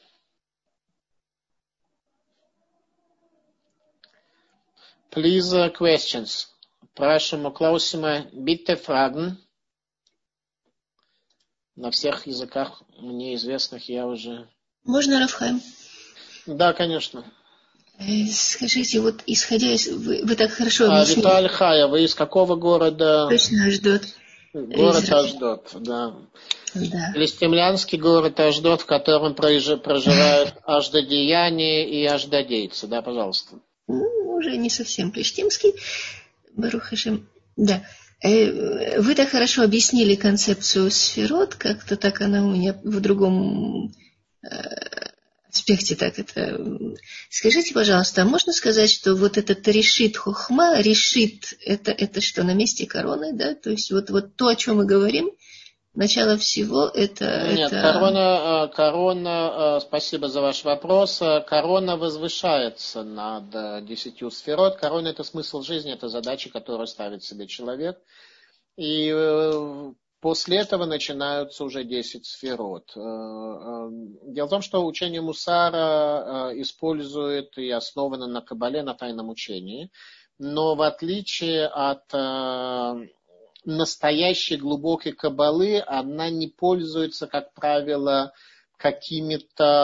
[SPEAKER 1] Please, questions. Прошу, Клаусима, bitte fragen. На всех языках мне известных я уже...
[SPEAKER 5] Можно, Рав Хаим?
[SPEAKER 1] Да, конечно.
[SPEAKER 5] Скажите, вот исходя из... Вы так хорошо объяснили.
[SPEAKER 1] Виталь Хая, вы из какого города?
[SPEAKER 5] Точно, Ашдод.
[SPEAKER 1] Город Ашдод, да.
[SPEAKER 5] Да.
[SPEAKER 1] Палестимлянский город Ашдод, в котором проживают аждодияне и аждодейцы. Да, пожалуйста.
[SPEAKER 5] Уже не совсем плештимский. Барух Хашем. Да. Вы так хорошо объяснили концепцию сферот, как-то так она у меня в другом аспекте так это... Скажите, пожалуйста, а можно сказать, что вот этот решит хохма, решит, это что, на месте короны, да? То есть вот то, о чем мы говорим, начало всего это...
[SPEAKER 1] Нет, корона, спасибо за ваш вопрос. Корона возвышается над 10 сферот. Корона – это смысл жизни, это задачи, которые ставит себе человек. И после этого начинаются уже 10 сферот. Дело в том, что учение мусара использует и основано на кабале, на тайном учении. Но в отличие от настоящей глубокой кабалы, она не пользуется, как правило, какими-то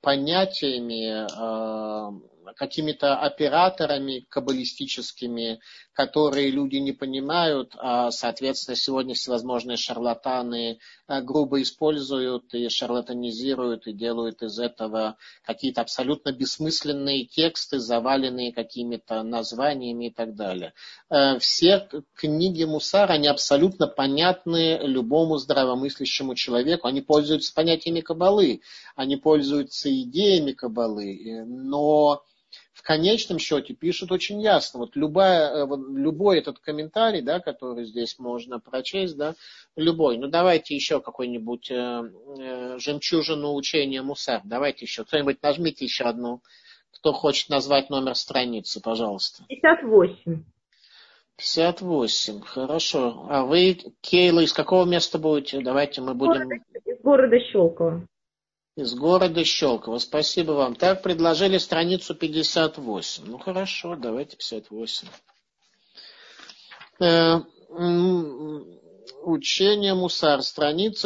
[SPEAKER 1] понятиями, какими-то операторами каббалистическими, которые люди не понимают, а, соответственно, сегодня всевозможные шарлатаны грубо используют и шарлатанизируют, и делают из этого какие-то абсолютно бессмысленные тексты, заваленные какими-то названиями и так далее. Все книги Мусар, они абсолютно понятны любому здравомыслящему человеку. Они пользуются понятиями каббалы, они пользуются идеями каббалы, но в конечном счете пишут очень ясно. Вот любой этот комментарий, да, который здесь можно прочесть, да, любой. Ну, давайте еще какой-нибудь жемчужину учения Мусар. Давайте еще. Кто-нибудь нажмите еще одну. Кто хочет назвать номер страницы, пожалуйста.
[SPEAKER 2] 58.
[SPEAKER 1] 58. Хорошо. А вы, Кейла, из какого места будете? Давайте мы будем...
[SPEAKER 2] Из города Щелково.
[SPEAKER 1] Из города Щелково. Спасибо вам. Так, предложили страницу 58. Ну, хорошо, давайте 58. Учение Мусар, страница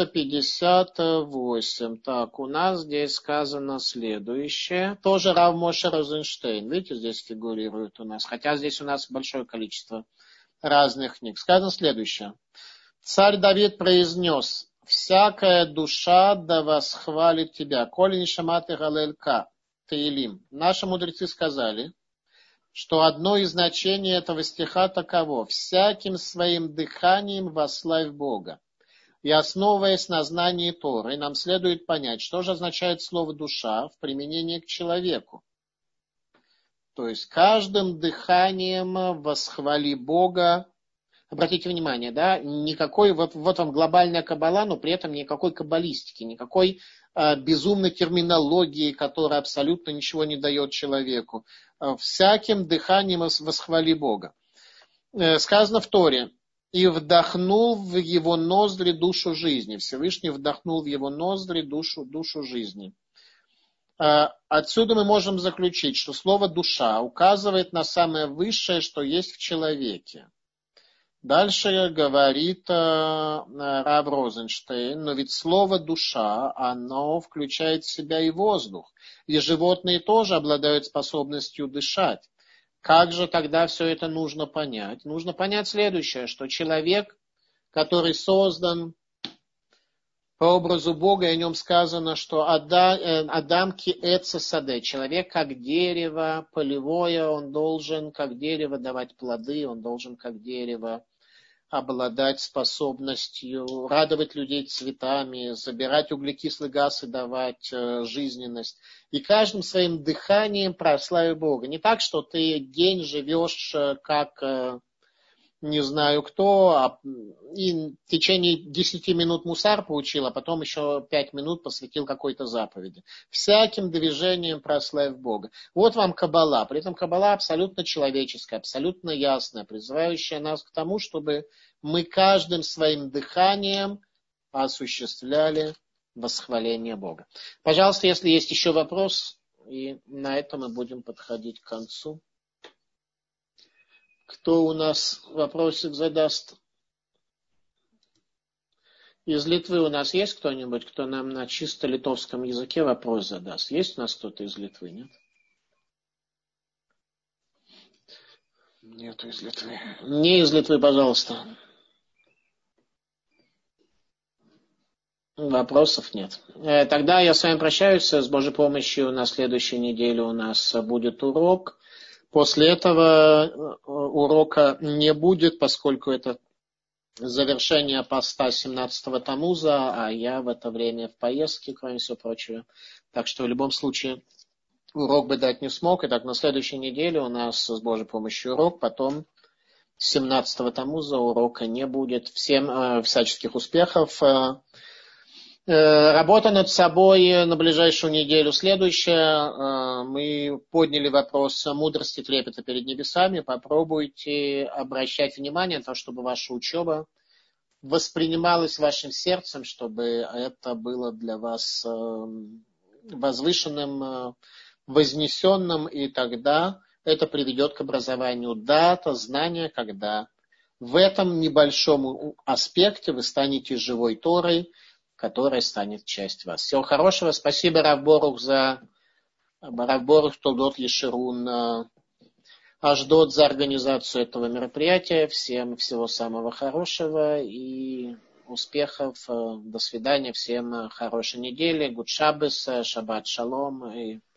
[SPEAKER 1] 58. Так, у нас здесь сказано следующее. Тоже Рав Моше Розенштейн. Видите, здесь фигурирует у нас. Хотя здесь у нас большое количество разных книг. Сказано следующее. Царь Давид произнес: «Всякая душа да восхвалит тебя». Коли не шаматы галелька Таилим. Наши мудрецы сказали, что одно из значений этого стиха таково: всяким своим дыханием восславь Бога. И основываясь на знании Торы, нам следует понять, что же означает слово «душа» в применении к человеку. То есть каждым дыханием восхвали Бога. Обратите внимание, да, никакой, вот вам глобальная каббала, но при этом никакой каббалистики, никакой безумной терминологии, которая абсолютно ничего не дает человеку. Всяким дыханием восхвали Бога. Сказано в Торе: «И вдохнул в его ноздри душу жизни». Всевышний вдохнул в его ноздри душу жизни. Отсюда мы можем заключить, что слово «душа» указывает на самое высшее, что есть в человеке. Дальше говорит Рав Розенштейн: но ведь слово «душа», оно включает в себя и воздух. И животные тоже обладают способностью дышать. Как же тогда все это нужно понять? Нужно понять следующее, что человек, который создан по образу Бога, и о нем сказано, что Адам ки эце саде, человек как дерево полевое, он должен как дерево давать плоды, он должен как дерево обладать способностью радовать людей цветами, забирать углекислый газ и давать жизненность. И каждым своим дыханием прославь Бога. Не так, что ты день живешь как не знаю кто, и в течение 10 минут мусар поучил, а потом еще 5 минут посвятил какой-то заповеди. Всяким движением прославь Бога. Вот вам каббала. При этом каббала абсолютно человеческая, абсолютно ясная, призывающая нас к тому, чтобы мы каждым своим дыханием осуществляли восхваление Бога. Пожалуйста, если есть еще вопрос, и на этом мы будем подходить к концу. Кто у нас вопросик задаст? Из Литвы у нас есть кто-нибудь, кто нам на чисто литовском языке вопрос задаст? Есть у нас кто-то из Литвы, нет? Нету из Литвы. Не из Литвы, пожалуйста. Вопросов нет. Тогда я с вами прощаюсь. С Божьей помощью на следующей неделе у нас будет урок. После этого урока не будет, поскольку это завершение поста 17-го Тамуза, а я в это время в поездке, кроме всего прочего. Так что в любом случае урок бы дать не смог. Итак, на следующей неделе у нас с Божьей помощью урок, потом 17-го Тамуза урока не будет. Всем всяческих успехов. Работа над собой на ближайшую неделю следующая. Мы подняли вопрос мудрости трепета перед небесами. Попробуйте обращать внимание на то, чтобы ваша учеба воспринималась вашим сердцем, чтобы это было для вас возвышенным, вознесенным, и тогда это приведет к образованию дата, знания, когда в этом небольшом аспекте вы станете живой Торой, которая станет часть вас. Всего хорошего. Спасибо, Рав Борух, Толдот Ешерун Ашдод за организацию этого мероприятия. Всем всего самого хорошего и успехов. До свидания. Всем хорошей недели. Гуд Шаббес, Шаббат Шалом. И